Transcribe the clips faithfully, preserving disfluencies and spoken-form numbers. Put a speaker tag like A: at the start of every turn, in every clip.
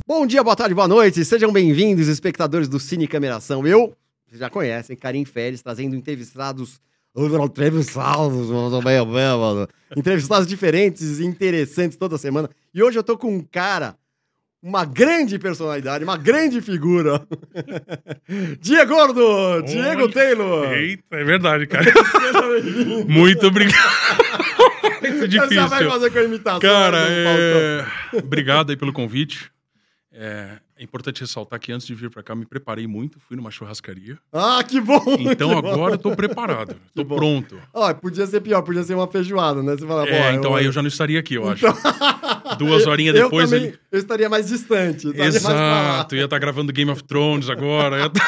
A: Bom dia, boa tarde, boa noite, sejam bem-vindos, espectadores do Cine Cameração. Eu, vocês já conhecem, Karim Férez, trazendo entrevistados, entrevistados, entrevistados diferentes e interessantes toda semana. E hoje eu tô com um cara, uma grande personalidade, uma grande figura. Diego Gordo, Oi. Diego Taylor.
B: Eita, é verdade, cara. Muito obrigado. Muito difícil. Você já vai fazer com a imitação. Cara, é... obrigado aí pelo convite. É, é importante ressaltar que antes de vir pra cá, eu me preparei muito, fui numa churrascaria.
A: Ah, que bom!
B: Então
A: que
B: agora
A: bom.
B: eu tô preparado, que tô bom. pronto.
A: Ó, podia ser pior, podia ser uma feijoada, né? Você fala,
B: é, então eu... aí eu já não estaria aqui, eu acho. Então... Duas horinhas depois...
A: Eu, também,
B: ele...
A: eu estaria mais distante. Estaria
B: Exato,
A: mais
B: ia estar gravando Game of Thrones agora. Ia...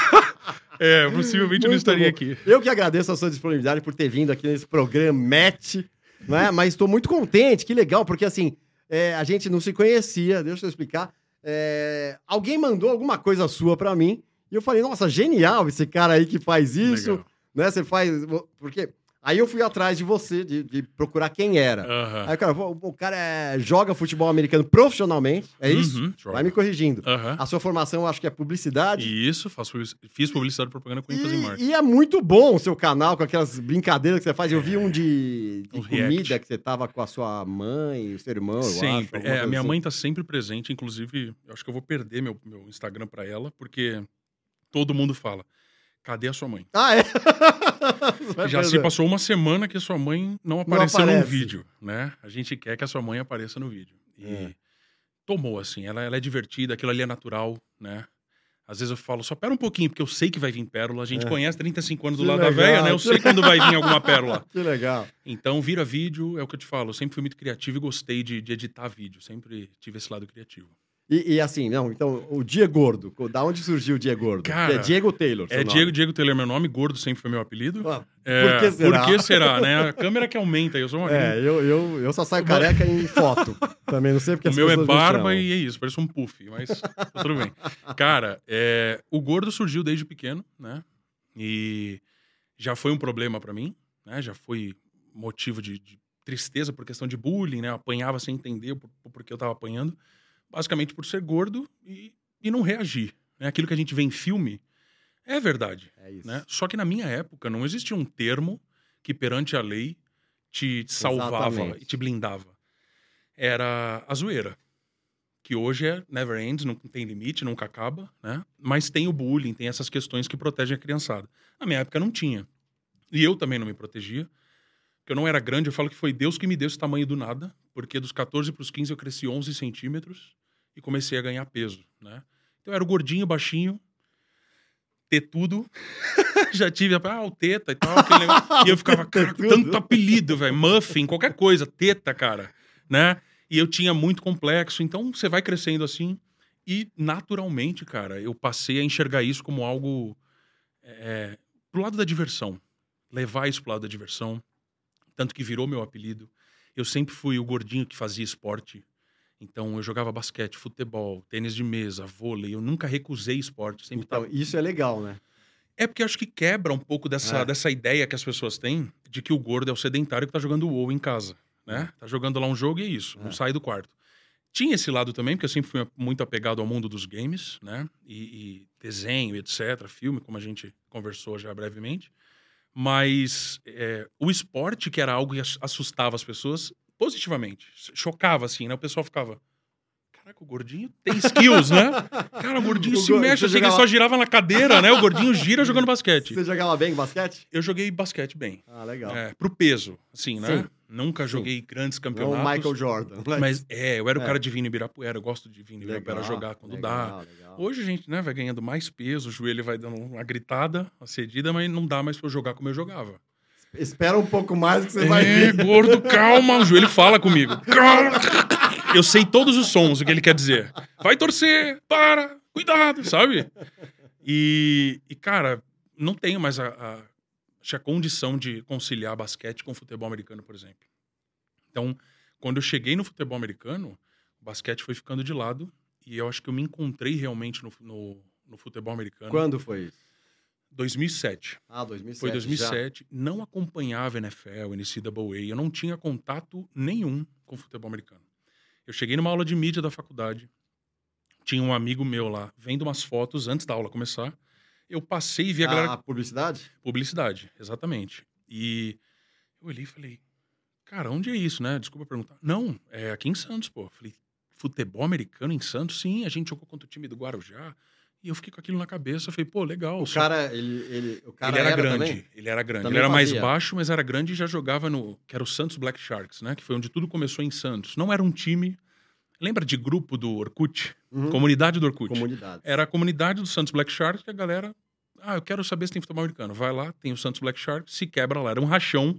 B: é, possivelmente eu não estaria bom. aqui.
A: Eu que agradeço a sua disponibilidade por ter vindo aqui nesse programa Match, né? Mas estou muito contente, que legal, porque assim, é, a gente não se conhecia, deixa eu explicar. É, alguém mandou alguma coisa sua pra mim e eu falei, nossa, genial esse cara aí que faz isso, legal. Né? Você faz... Porque... Aí eu fui atrás de você, de, de procurar quem era. Uhum. Aí, cara, o, o cara é, joga futebol americano profissionalmente, é isso? Uhum, vai me corrigindo. Uhum. A sua formação, eu acho que é publicidade.
B: Isso, faço, fiz publicidade e propaganda com ênfase em marketing.
A: E é muito bom o seu canal, com aquelas brincadeiras que você faz. Eu vi um de, de um comida react. Que você tava com a sua mãe, o seu irmão,
B: sempre.
A: eu acho.
B: É, a minha
A: assim.
B: mãe tá sempre presente, inclusive, eu acho que eu vou perder meu, meu Instagram pra ela, porque todo mundo fala. Cadê a sua mãe?
A: Ah, é?
B: Já se passou uma semana que a sua mãe não apareceu no vídeo, né? A gente quer que a sua mãe apareça no vídeo. E é. tomou, assim, ela, ela é divertida, aquilo ali é natural, né? Às vezes eu falo, só pera um pouquinho, porque eu sei que vai vir pérola. A gente é. conhece trinta e cinco anos do que lado legal, da véia, né? Eu sei quando vai vir alguma pérola.
A: Que legal.
B: Então, vira vídeo, é o que eu te falo. Eu sempre fui muito criativo e gostei de, de editar vídeo. Sempre tive esse lado criativo.
A: E, e assim, não, então, o Diego Gordo, da onde surgiu o Diego Gordo?
B: Cara,
A: é Diego Taylor.
B: É Diego, Diego Taylor é meu nome, Gordo sempre foi meu apelido.
A: Ah,
B: é,
A: por que será?
B: Por que será, né? A câmera que aumenta, eu sou uma...
A: É, eu, eu, eu só saio careca em foto. Também não sei porque
B: o
A: as
B: meu é
A: pessoas
B: barba e é isso, parece um puff, mas tá tudo bem. Cara, é, o Gordo surgiu desde pequeno, né? E já foi um problema pra mim, né? Já foi motivo de, de tristeza por questão de bullying, né? Eu apanhava sem entender por, por porque eu tava apanhando. Basicamente por ser gordo e, e não reagir. Né? Aquilo que a gente vê em filme é verdade. É isso. Né? Só que na minha época não existia um termo que perante a lei te, te salvava Exatamente. E te blindava. Era a zoeira. Que hoje é never ends, não tem limite, nunca acaba. Né? Mas tem o bullying, tem essas questões que protegem a criançada. Na minha época não tinha. E eu também não me protegia. Porque eu não era grande, eu falo que foi Deus que me deu esse tamanho do nada. Porque dos catorze para os quinze eu cresci onze centímetros e comecei a ganhar peso, né? Então eu era o gordinho, baixinho, tetudo. Já tive, ah, o teta e tal. Aquele negócio. E eu ficava, cara, tanto apelido, velho. Muffin, qualquer coisa, teta, cara, né? E eu tinha muito complexo. Então você vai crescendo assim e naturalmente, cara, eu passei a enxergar isso como algo é, pro lado da diversão. Levar isso pro lado da diversão. Tanto que virou meu apelido. Eu sempre fui o gordinho que fazia esporte. Então, eu jogava basquete, futebol, tênis de mesa, vôlei. Eu nunca recusei esporte. Sempre
A: então,
B: tava...
A: isso é legal, né?
B: É porque eu acho que quebra um pouco dessa, é. dessa ideia que as pessoas têm de que o gordo é o sedentário que tá jogando WoW em casa, né? É. Tá jogando lá um jogo e é isso, é. não sai do quarto. Tinha esse lado também, porque eu sempre fui muito apegado ao mundo dos games, né? E, e desenho, etcétera, filme, como a gente conversou já brevemente. Mas é, o esporte, que era algo que assustava as pessoas, positivamente. Chocava, assim, né? O pessoal ficava... Caraca, o gordinho tem skills, né? Cara, o gordinho o se go... mexe. Eu sei jogava... que ele só girava na cadeira, né? O gordinho gira jogando basquete.
A: Você jogava bem basquete?
B: Eu joguei basquete bem.
A: Ah, legal.
B: É, pro peso, assim, né? Sim. Nunca
A: Sim.
B: joguei grandes campeonatos.
A: Não o Michael Jordan. Mas,
B: mas é, eu era o
A: é.
B: cara de vir em Ibirapuera. Eu gosto de vir em Ibirapuera legal, jogar quando
A: legal,
B: dá.
A: Legal.
B: Hoje a gente, né, vai ganhando mais peso, o joelho vai dando uma gritada, uma cedida, mas não dá mais pra eu jogar como eu jogava.
A: Espera um pouco mais que você
B: é,
A: vai ver.
B: Gordo, calma. O joelho fala comigo. Calma. Eu sei todos os sons, o que ele quer dizer. Vai torcer, para, cuidado, sabe? E, e cara, não tenho mais a, a, a condição de conciliar basquete com futebol americano, por exemplo. Então, quando eu cheguei no futebol americano, o basquete foi ficando de lado e eu acho que eu me encontrei realmente no, no, no futebol americano.
A: Quando foi isso?
B: dois mil e sete.
A: Ah, dois mil e sete.
B: Foi dois mil e sete.
A: Já.
B: Não acompanhava N F L, N C double A. Eu não tinha contato nenhum com futebol americano. Eu cheguei numa aula de mídia da faculdade. tinha um amigo meu lá, vendo umas fotos antes da aula começar. Eu passei e vi a galera...
A: A publicidade?
B: Publicidade, exatamente. E eu olhei e falei, cara, onde é isso, né? Desculpa perguntar. Não, é aqui em Santos, pô. Falei, futebol americano em Santos? Sim, a gente jogou contra o time do Guarujá. E eu fiquei com aquilo na cabeça. Falei, pô, legal.
A: O
B: só...
A: cara, ele, ele, o cara
B: ele era,
A: era
B: grande.
A: Também?
B: Ele era grande.
A: Também
B: ele era mais
A: fazia.
B: baixo, mas era grande e já jogava no... Que era o Santos Black Sharks, né? Que foi onde tudo começou em Santos. Não era um time... Lembra de grupo do Orkut?
A: Uhum.
B: Comunidade do Orkut.
A: Comunidade.
B: Era a comunidade do Santos Black Sharks que a galera... Ah, eu quero saber se tem futebol americano. Vai lá, tem o Santos Black Sharks, se quebra lá. Era um rachão.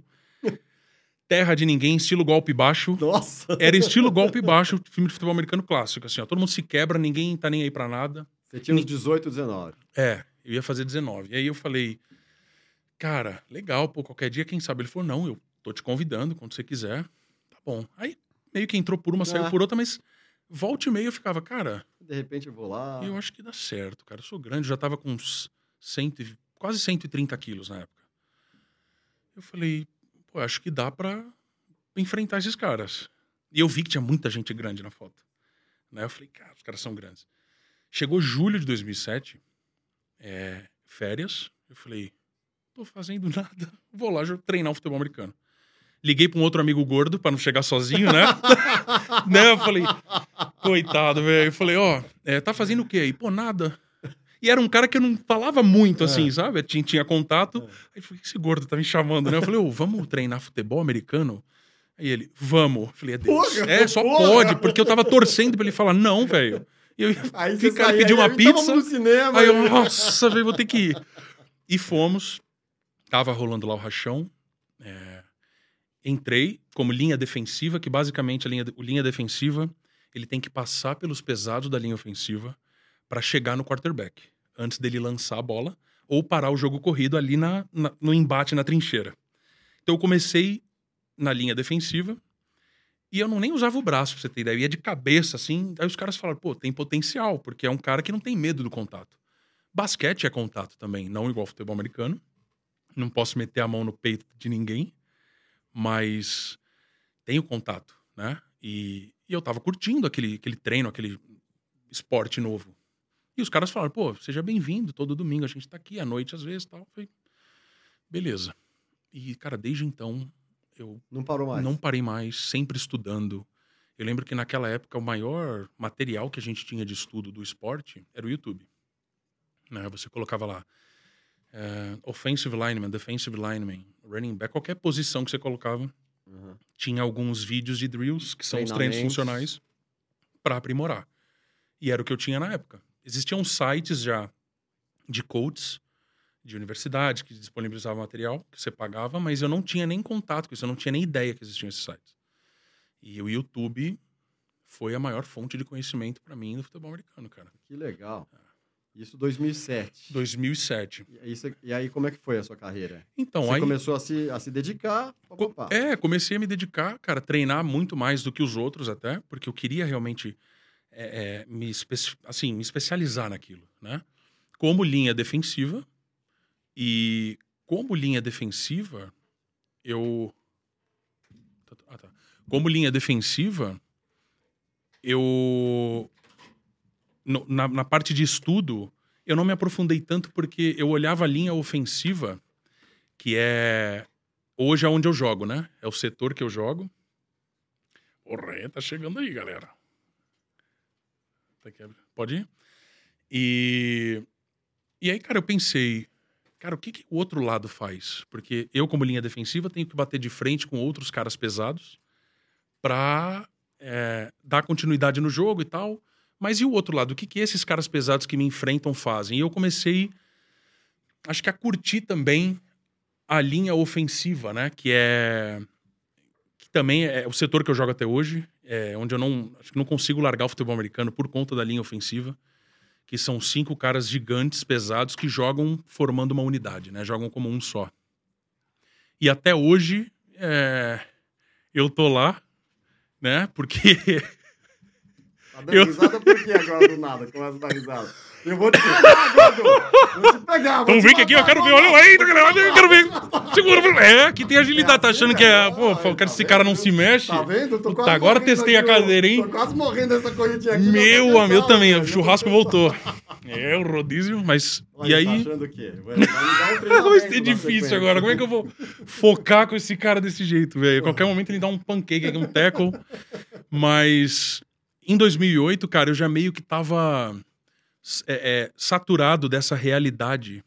B: Terra de ninguém, estilo golpe baixo.
A: Nossa!
B: Era estilo golpe baixo, filme de futebol americano clássico. Assim, ó, todo mundo se quebra, ninguém tá nem aí pra nada.
A: Você tinha uns dezoito, dezenove.
B: É, eu ia fazer dezenove. E aí eu falei, cara, legal, pô, qualquer dia, quem sabe? Ele falou, não, eu tô te convidando, quando você quiser. Tá bom. Aí meio que entrou por uma, saiu
A: Ah.
B: por outra, mas volta e meia eu ficava, cara,
A: De repente eu vou lá.
B: eu acho que dá certo, cara. Eu sou grande, eu já tava com uns cento, e- quase cento e trinta quilos na época. Eu falei, pô, acho que dá pra enfrentar esses caras. E eu vi que tinha muita gente grande na foto. Né? Eu falei, cara, os caras são grandes. Chegou julho de dois mil e sete, é, férias. Eu falei, tô fazendo nada, vou lá jo- treinar o futebol americano. Liguei pra um outro amigo gordo pra não chegar sozinho, né? né? Eu falei, coitado, velho. Eu falei, ó, é, tá fazendo o quê aí? Pô, nada. E era um cara que eu não falava muito, assim,
A: É.
B: sabe? Tinha, tinha contato.
A: É.
B: Aí ele falou, o que esse gordo tá me chamando, né? Eu falei, ô, vamos treinar futebol americano? Aí ele, vamos. Eu falei, é Deus.
A: Porra,
B: é, só
A: porra.
B: pode, porque eu tava torcendo pra ele falar, não, velho. E eu ia
A: Aí você
B: ficar,
A: saía,
B: pedir uma
A: aí,
B: pizza.
A: Tava no cinema.
B: Aí eu, nossa, velho, vou ter que ir. E fomos. Tava rolando lá o rachão. É, entrei como linha defensiva, que basicamente a linha, o linha defensiva, ele tem que passar pelos pesados da linha ofensiva pra chegar no quarterback, antes dele lançar a bola, ou parar o jogo corrido ali na, na- no embate na trincheira. Então eu comecei na linha defensiva e eu não nem usava o braço, pra você ter ideia. Eu ia de cabeça, assim. Aí os caras falaram, pô, tem potencial, porque é um cara que não tem medo do contato. Basquete é contato também, não igual futebol americano. Não posso meter a mão no peito de ninguém, mas tem o contato, né? E, e eu tava curtindo aquele, aquele treino, aquele esporte novo. E os caras falaram, pô, seja bem-vindo, todo domingo a gente tá aqui, à noite às vezes e tal. Eu falei, beleza. E, cara, desde então, eu
A: Não parou mais.
B: não parei mais, sempre estudando. Eu lembro que naquela época o maior material que a gente tinha de estudo do esporte era o YouTube. Né? Você colocava lá eh, offensive lineman, defensive lineman, running back, qualquer posição que você colocava,
A: Uhum.
B: tinha alguns vídeos de drills, que são os treinos
A: Treinamentos.
B: funcionais, para aprimorar. E era o que eu tinha na época. Existiam sites já de coaches de universidade que disponibilizavam material, que você pagava, mas eu não tinha nem contato com isso, eu não tinha nem ideia que existiam esses sites. E o YouTube foi a maior fonte de conhecimento para mim do futebol americano, cara.
A: Que legal. Isso em dois mil e sete.
B: dois mil e sete.
A: E aí, você- e aí, como é que foi a sua carreira?
B: Então,
A: Você
B: aí...
A: começou a se, a se dedicar? Pá, pá,
B: Co-
A: pá.
B: É, comecei a me dedicar, cara, treinar muito mais do que os outros até, porque eu queria realmente é, é, me, especi- assim, me especializar naquilo, né? Como linha defensiva, e como linha defensiva, eu... Ah, tá. Como linha defensiva, eu... no- na, na parte de estudo, eu não me aprofundei tanto porque eu olhava a linha ofensiva, que é... Hoje é onde eu jogo, né? É o setor que eu jogo. Porra, é, tá chegando aí, galera. Tá aqui, pode ir? E... E aí, cara, eu pensei... Cara, o que, que o outro lado faz? Porque eu, como linha defensiva, tenho que bater de frente com outros caras pesados pra é, dar continuidade no jogo e tal. Mas e o outro lado? O que, que esses caras pesados que me enfrentam fazem? E eu comecei, acho que a curtir também a linha ofensiva, né? Que é... Que também é o setor que eu jogo até hoje, é, onde eu não, acho que não consigo largar o futebol americano por conta da linha ofensiva, que são cinco caras gigantes, pesados, que jogam formando uma unidade, né? Jogam como um só. E até hoje, é, eu tô lá, né? Porque...
A: Tá dando
B: Eu-
A: risada por quê agora do nada? Começa a dar risada. Eu vou te pegar, Gordo. Vou te pegar.
B: Então vem aqui, eu quero ver. Olha lá, eita, eu quero ver. Segura. É, aqui tem agilidade. Tá achando que é... Pô, eu quero que esse cara não se mexe.
A: Tá vendo? Tô
B: Puta, agora testei a cadeira, hein?
A: Tô quase morrendo dessa corridinha aqui.
B: Meu amigo, eu também. O churrasco voltou. É, o rodízio, mas...
A: Olha,
B: E aí...
A: tá achando o quê? Vai, vai me dar um treinamento
B: Vai ser
A: na
B: difícil
A: sequência.
B: agora. Como é que eu vou focar com esse cara desse jeito, velho? A qualquer momento ele dá um pancake aqui, um tackle. Mas em dois mil e oito, cara, eu já meio que tava é, é, saturado dessa realidade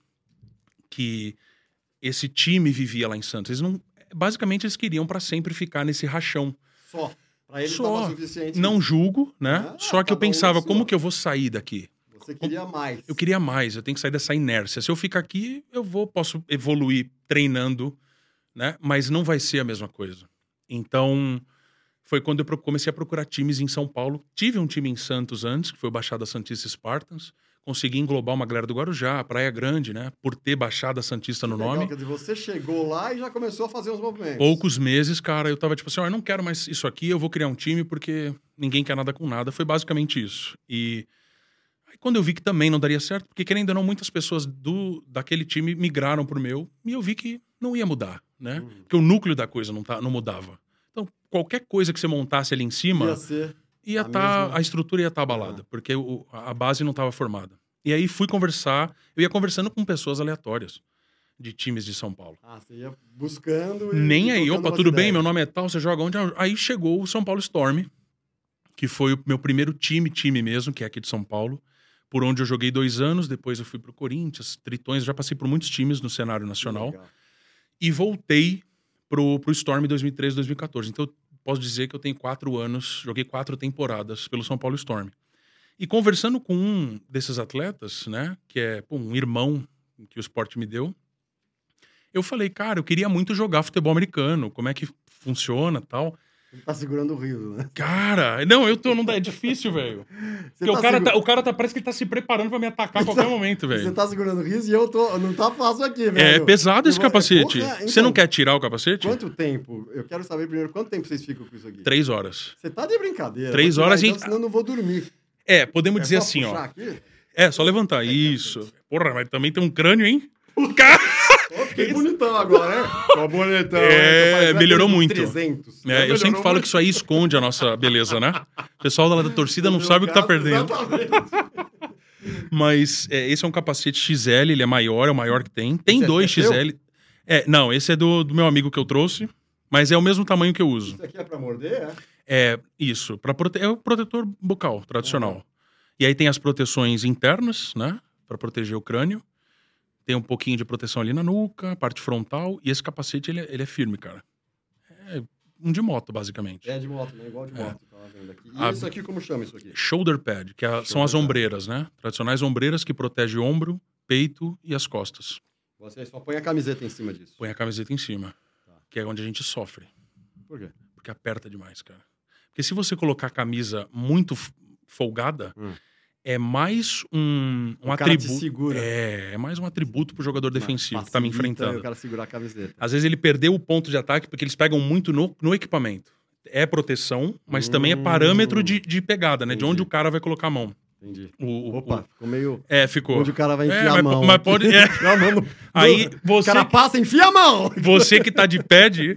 B: que esse time vivia lá em Santos. Eles não, basicamente, eles queriam pra sempre ficar nesse rachão.
A: Só. Pra eles
B: Só.
A: tava suficiente.
B: Não julgo, né?
A: Ah,
B: Só que eu
A: cada um
B: pensava,
A: na
B: como
A: sua.
B: que eu vou sair daqui?
A: Você queria mais.
B: Eu queria mais, eu tenho que sair dessa inércia. Se eu ficar aqui, eu vou, posso evoluir treinando, né? Mas não vai ser a mesma coisa. Então, foi quando eu pro- comecei a procurar times em São Paulo. Tive um time em Santos antes, que foi o Baixada Santista Spartans. Consegui englobar uma galera do Guarujá, Praia Grande, né? Por ter Baixada Santista no
A: Legal,
B: nome.
A: quer dizer, você chegou lá e já começou a fazer os movimentos.
B: Poucos meses, cara, eu tava tipo assim, ó, eu não quero mais isso aqui, eu vou criar um time porque ninguém quer nada com nada. Foi basicamente isso. E aí quando eu vi que também não daria certo, porque querendo ou não, muitas pessoas do, daquele time migraram pro meu, e eu vi que não ia mudar, né?
A: Uhum.
B: Porque o núcleo da coisa não, tá, não mudava. Então, qualquer coisa que você montasse ali em cima,
A: Ia ser.
B: ia
A: a
B: tá,
A: mesma-
B: a estrutura ia estar abalada,
A: Ah.
B: porque o- a base não estava formada. E aí fui conversar, eu ia conversando com pessoas aleatórias de times de São Paulo.
A: Ah, você ia buscando e...
B: Nem
A: e
B: aí,
A: trocando
B: opa,
A: umas
B: tudo bem,
A: ideias.
B: meu nome é tal, você joga onde? Aí chegou o São Paulo Storm, que foi o meu primeiro time, time mesmo, que é aqui de São Paulo, por onde eu joguei dois anos, depois eu fui pro Corinthians, Tritões, já passei por muitos times no cenário nacional,
A: Legal.
B: e voltei pro, pro Storm em dois mil e treze, dois mil e quatorze. Então eu posso dizer que eu tenho quatro anos, joguei quatro temporadas pelo São Paulo Storm. E conversando com um desses atletas, né, que é pô, um irmão que o esporte me deu, eu falei, cara, eu queria muito jogar futebol americano, como é que funciona tal.
A: Você tá segurando o riso, né?
B: Cara, não, eu tô, não dá, é difícil, velho.
A: Você
B: Porque o cara,
A: segu-
B: tá, o cara tá, parece que ele tá se preparando pra me atacar a qualquer momento,
A: Você
B: velho.
A: tá segurando o riso e eu tô... Não tá fácil aqui,
B: É
A: velho.
B: pesado esse
A: Eu vou-
B: capacete.
A: Porra,
B: Você não
A: então,
B: quer tirar o capacete?
A: Quanto tempo? Eu quero saber primeiro quanto tempo vocês ficam com isso aqui.
B: Três horas.
A: Você tá de brincadeira.
B: Três
A: Vou tirar,
B: horas,
A: então,
B: gente-
A: senão eu não vou dormir.
B: É, podemos
A: É
B: dizer
A: só
B: assim,
A: puxar
B: ó.
A: aqui?
B: É, só levantar. Isso. Porra, mas também tem um crânio, hein? Cara...
A: Ó, fiquei bonitão agora, né? Tô bonitão.
B: É,
A: né? Tô parecendo
B: melhorou
A: aquele
B: muito.
A: trezentos.
B: É, eu
A: Melhorou
B: sempre falo
A: muito.
B: que isso aí esconde a nossa beleza, né? O pessoal da, da torcida não
A: No
B: sabe o que tá
A: caso,
B: perdendo.
A: exatamente.
B: Mas é, esse é um capacete X L, ele é maior, é o maior que tem. Tem
A: Esse é-
B: dois
A: é teu?
B: X L. É, não, esse é do, do meu amigo que eu trouxe, mas é o mesmo tamanho que eu uso.
A: Isso aqui é pra morder, é?
B: É isso, pra prote... é o protetor bucal tradicional.
A: Uhum.
B: E aí tem as proteções internas, né? Pra proteger o crânio. Tem um pouquinho de proteção ali na nuca, parte frontal. E esse capacete, ele é, ele é firme, cara. É um de moto, basicamente.
A: É de moto, né? Igual de
B: É.
A: moto. Tava vendo aqui. E
B: A-
A: isso aqui, como chama isso aqui?
B: Shoulder pad, que é a- são as
A: Shoulder pad.
B: ombreiras, né? Tradicionais ombreiras que protegem o ombro, peito e as costas.
A: Você só põe a camiseta em cima disso.
B: Põe a camiseta em cima,
A: Tá.
B: que é onde a gente sofre.
A: Por quê?
B: Porque aperta demais, cara. Porque se você colocar a camisa muito f- folgada,
A: Hum.
B: é mais um, um
A: O cara te
B: atributo.
A: segura.
B: É, é mais um atributo pro jogador defensivo que tá me
A: Facilita
B: enfrentando.
A: O cara segurar a camiseta.
B: Às vezes ele perdeu o ponto de ataque porque eles pegam muito no, no equipamento. É proteção, mas também é
A: Hum.
B: parâmetro de, de pegada, né? De
A: Entendi.
B: onde o cara vai colocar a mão.
A: Entendi.
B: O, o-
A: Opa,
B: o-
A: ficou meio...
B: É, ficou.
A: Onde o cara vai
B: É,
A: enfiar
B: mas,
A: a mão.
B: mas
A: aqui.
B: pode. é.
A: Enfiar a mão no-
B: Aí
A: O
B: você,
A: cara passa, enfia a mão!
B: você que tá de pad,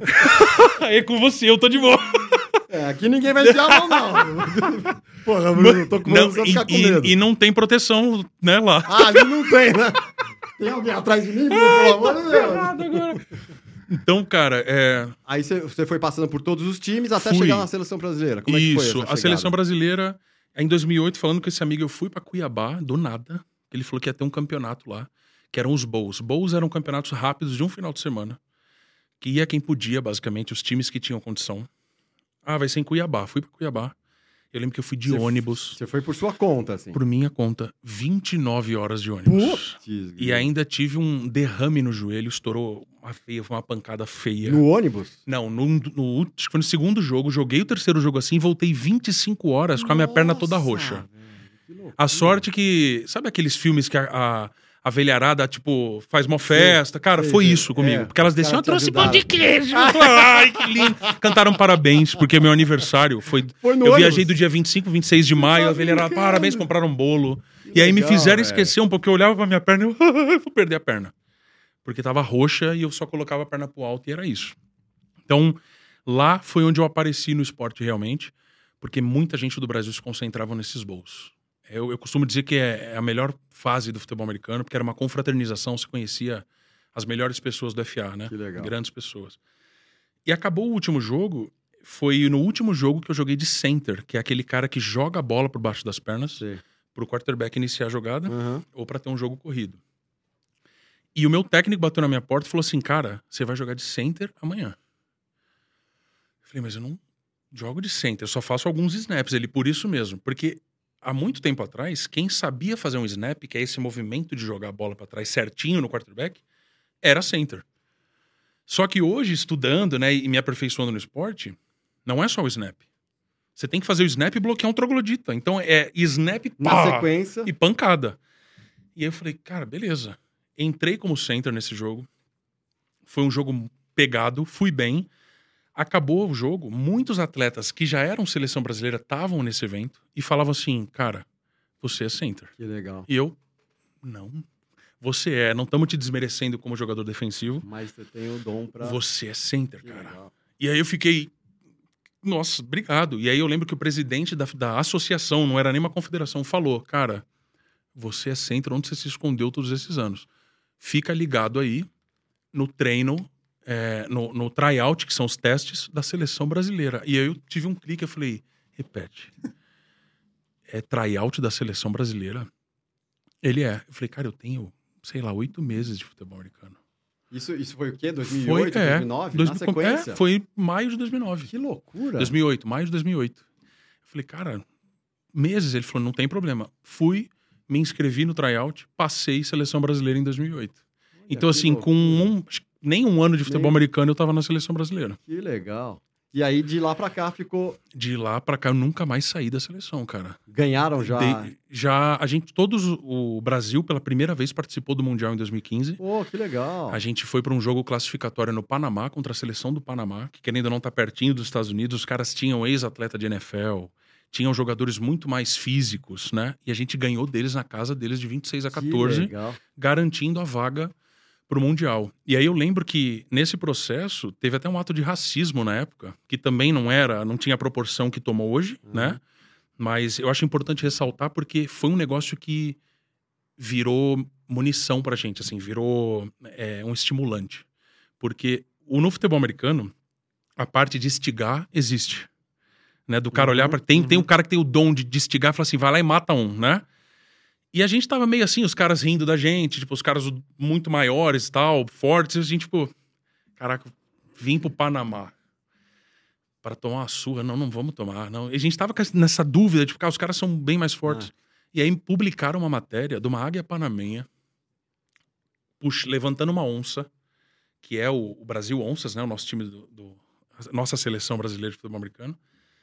B: aí é com você, eu tô de boa.
A: É, aqui ninguém vai enfiar a mão, não. Porra, Bruno, tô com medo de
B: Não,
A: você ficar
B: e,
A: com medo.
B: e, e não tem proteção, né, lá.
A: Ah, ali não tem, né? Tem alguém atrás de mim, Bruno, pelo amor de Deus.
B: Então, cara, é.
A: Aí você- você foi passando por todos os times até
B: Fui.
A: chegar na seleção brasileira. Como é que foi
B: Isso,
A: essa
B: a seleção
A: chegada?
B: brasileira, em dois mil e oito, falando com esse amigo, eu fui pra Cuiabá, do nada. Ele falou que ia ter um campeonato lá, que eram os bowls. Bowls eram campeonatos rápidos de um final de semana, que ia quem podia, basicamente, os times que tinham condição. Ah, vai ser em Cuiabá. Fui pra Cuiabá. Eu lembro que eu fui de
A: Você-
B: ônibus,
A: Você foi por sua conta, assim.
B: por minha conta, vinte e nove horas de ônibus.
A: Putz,
B: E ainda tive um derrame no joelho, estourou uma feia, foi uma pancada feia.
A: No ônibus?
B: Não, no, no, acho que foi no segundo jogo, joguei o terceiro jogo assim e voltei vinte e cinco horas com a minha perna toda
A: Nossa,
B: roxa.
A: velho, que loucura.
B: A sorte que, sabe aqueles filmes que a, a, a velharada, tipo, faz uma festa? Cara,
A: sei,
B: foi
A: sei.
B: isso comigo.
A: É,
B: porque elas
A: os
B: desciam, eu
A: caras te
B: trouxe pão de
A: ajudaram.
B: queijo. Ai, que lindo. Cantaram parabéns, porque meu aniversário foi...
A: Foi no
B: eu
A: ônibus?
B: viajei do dia vinte e cinco, vinte e seis de maio, a
A: tá
B: velharada,
A: brincando.
B: parabéns, compraram um bolo. E aí
A: legal,
B: me fizeram
A: véio.
B: esquecer um pouco. Eu olhava pra minha perna e eu, eu vou perder a perna. Porque tava roxa e eu só colocava a perna pro alto e era isso. Então, lá foi onde eu apareci no esporte realmente, porque muita gente do Brasil se concentrava nesses bowls. Eu, eu costumo dizer que é a melhor fase do futebol americano, porque era uma confraternização, você conhecia as melhores pessoas do F A, né?
A: Que legal.
B: Grandes pessoas. E acabou o último jogo, foi no último jogo que eu joguei de center, que é aquele cara que joga a bola por baixo das pernas,
A: Sim.
B: pro quarterback iniciar a jogada,
A: Uhum.
B: ou pra ter um jogo corrido. E o meu técnico bateu na minha porta e falou assim, cara, você vai jogar de center amanhã. Eu falei, mas eu não jogo de center, eu só faço alguns snaps. Ele, por isso mesmo. Porque há muito tempo atrás, quem sabia fazer um snap, que é esse movimento de jogar a bola pra trás certinho no quarterback, era center. Só que hoje, estudando, né, e me aperfeiçoando no esporte, não é só o snap. Você tem que fazer o snap e bloquear um troglodita. Então é snap,
A: Na
B: pá,
A: sequência.
B: e pancada. E aí eu falei, cara, beleza. Entrei como center nesse jogo. Foi um jogo pegado, fui bem. Acabou o jogo, muitos atletas que já eram seleção brasileira estavam nesse evento e falavam assim, cara, você é center.
A: Que legal.
B: E eu, não. Você é, não estamos te desmerecendo como jogador defensivo.
A: Mas você tem o dom pra...
B: Você é center,
A: Que
B: cara.
A: legal.
B: E aí eu fiquei, nossa, obrigado. E aí eu lembro que o presidente da, da associação, não era nem uma confederação, falou, cara, você é center, onde você se escondeu todos esses anos? Fica ligado aí no treino, é, no, no tryout, que são os testes da seleção brasileira. E aí eu tive um clique, eu falei, repete. É tryout da seleção brasileira? Ele é. Eu falei, cara, eu tenho, sei lá, oito meses de futebol americano.
A: Isso, isso foi o quê? dois mil e oito,
B: Foi, é,
A: dois mil e nove?
B: dois,
A: Na sequência?
B: É, foi maio de dois mil e nove.
A: Que loucura.
B: dois mil e oito, maio de dois mil e oito. Eu falei, cara, meses. Ele falou, não tem problema. Fui, me inscrevi no tryout, passei seleção brasileira em dois mil e oito.
A: Olha,
B: então,
A: que
B: assim,
A: loucura.
B: com um, nem um ano de futebol
A: Nem-
B: americano, eu tava na seleção brasileira.
A: Que legal. E aí, de lá pra cá, ficou...
B: De lá pra cá, eu nunca mais saí da seleção, cara.
A: Ganharam já...
B: De- já, a gente, todos, o Brasil, pela primeira vez, participou do Mundial em dois mil e quinze.
A: Pô, que legal.
B: A gente foi para um jogo classificatório no Panamá, contra a seleção do Panamá, que querendo ou não tá pertinho dos Estados Unidos. Os caras tinham ex-atleta de N F L, tinham jogadores muito mais físicos, né? E a gente ganhou deles na casa deles de vinte e seis a
A: Que
B: quatorze,
A: legal.
B: garantindo a vaga pro Mundial. E aí eu lembro que nesse processo teve até um ato de racismo na época, que também não era, não tinha a proporção que tomou hoje,
A: Uhum.
B: né? Mas eu acho importante ressaltar porque foi um negócio que virou munição pra gente, assim, virou é, um estimulante. Porque o, no futebol americano, a parte de instigar existe. Né? Do cara
A: Uhum,
B: olhar para tem,
A: uhum.
B: tem um cara que tem o dom de, de instigar e fala assim, vai lá e mata um, né? E a gente tava meio assim, os caras rindo da gente, tipo, os caras muito maiores e tal, fortes, e a gente, tipo, caraca, vim pro Panamá para tomar uma surra. Não, não vamos tomar. Não. E a gente tava nessa dúvida, tipo, cara, os caras são bem mais fortes.
A: Ah.
B: E aí publicaram uma matéria de uma águia panamenha puxa, levantando uma onça, que é o, o Brasil Onças, né? O nosso time do, do... a nossa seleção brasileira de futebol americano.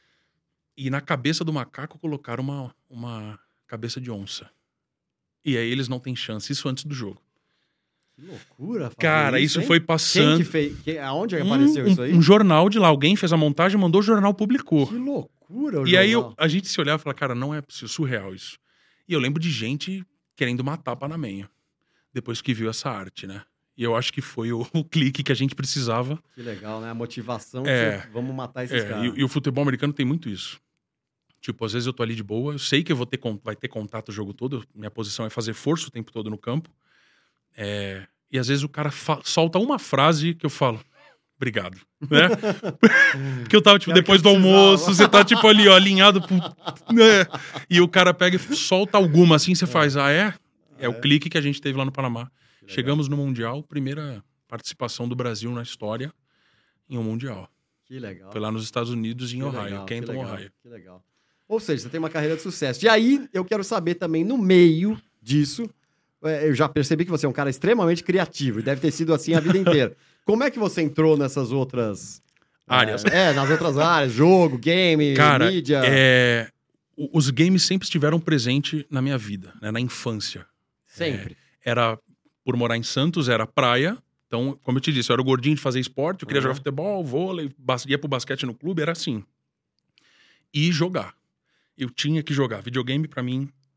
B: E na cabeça do macaco colocaram uma, uma cabeça de onça. E aí eles não têm chance. Isso antes do jogo.
A: Que loucura. fazer
B: Cara, isso
A: hein?
B: foi
A: Quem
B: passando...
A: que fez? Quem... Aonde
B: um,
A: apareceu isso aí?
B: Um jornal de lá. Alguém fez a montagem, mandou o jornal, publicou.
A: Que loucura o
B: E aí eu-
A: jornal.
B: a gente se olhava e falava, cara, não é possível, surreal isso. E eu lembro de gente querendo matar Panamenha, depois que viu essa arte, né? E eu acho que foi o, o clique que a gente precisava.
A: Que legal, né? A motivação
B: É.
A: de vamos matar esses
B: É,
A: caras.
B: e, e o futebol americano tem muito isso. Tipo, às vezes eu tô ali de boa, eu sei que eu vou ter, con- vai ter contato o jogo todo, minha posição é fazer força o tempo todo no campo. É, e às vezes o cara fa- solta uma frase que eu falo, obrigado, né? Porque eu tava, tipo,
A: Era o que
B: depois
A: eu
B: do almoço,
A: precisava.
B: você tá, tipo, ali, ó, alinhado pro... né? E o cara pega e solta alguma, assim, você faz, ah, é? É o
A: É.
B: clique que a gente teve lá no Panamá.
A: Que legal.
B: Chegamos no Mundial, primeira participação do Brasil na história em um Mundial.
A: Que legal.
B: Foi lá nos Estados Unidos, em
A: Que
B: Ohio,
A: legal,
B: Canton,
A: que legal,
B: Ohio.
A: Que legal. Ou seja, você tem uma carreira de sucesso. E aí, eu quero saber também, no meio disso, é, eu já percebi que você é um cara extremamente criativo, e deve ter sido assim a vida inteira. Como é que você entrou nessas outras...
B: Áreas.
A: É, é, nas outras áreas, jogo, game,
B: Cara,
A: mídia...
B: é, o- os games sempre estiveram presentes na minha vida, né, na infância.
A: Sempre.
B: Era, por morar em Santos, era praia. Então, como eu te disse, eu era o gordinho de fazer esporte, eu queria
A: Uhum.
B: jogar futebol, vôlei, bas- ia pro basquete no clube, era assim. E jogar. Eu tinha que jogar. Videogame, pra mim,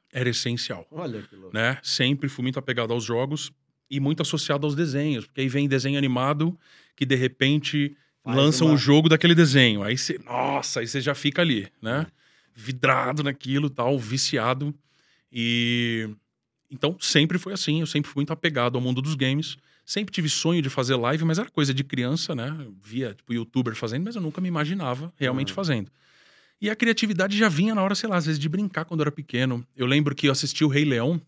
B: era essencial.
A: Olha que louco.
B: Né? Sempre fui muito apegado aos jogos e muito associado aos desenhos, porque aí vem desenho animado que de repente
A: Faz
B: lançam
A: uma-
B: o jogo daquele desenho. Aí você, nossa, aí você já fica ali, né? Vidrado naquilo, tal, viciado. E então sempre foi assim, eu sempre fui muito apegado ao mundo dos games. Sempre tive sonho de fazer live, mas era coisa de criança, né? Eu via tipo youtuber fazendo, mas eu nunca me imaginava realmente
A: Uhum.
B: fazendo. E a criatividade já vinha na hora, sei lá, às vezes de brincar quando eu era pequeno. Eu lembro que eu assisti o Rei Leão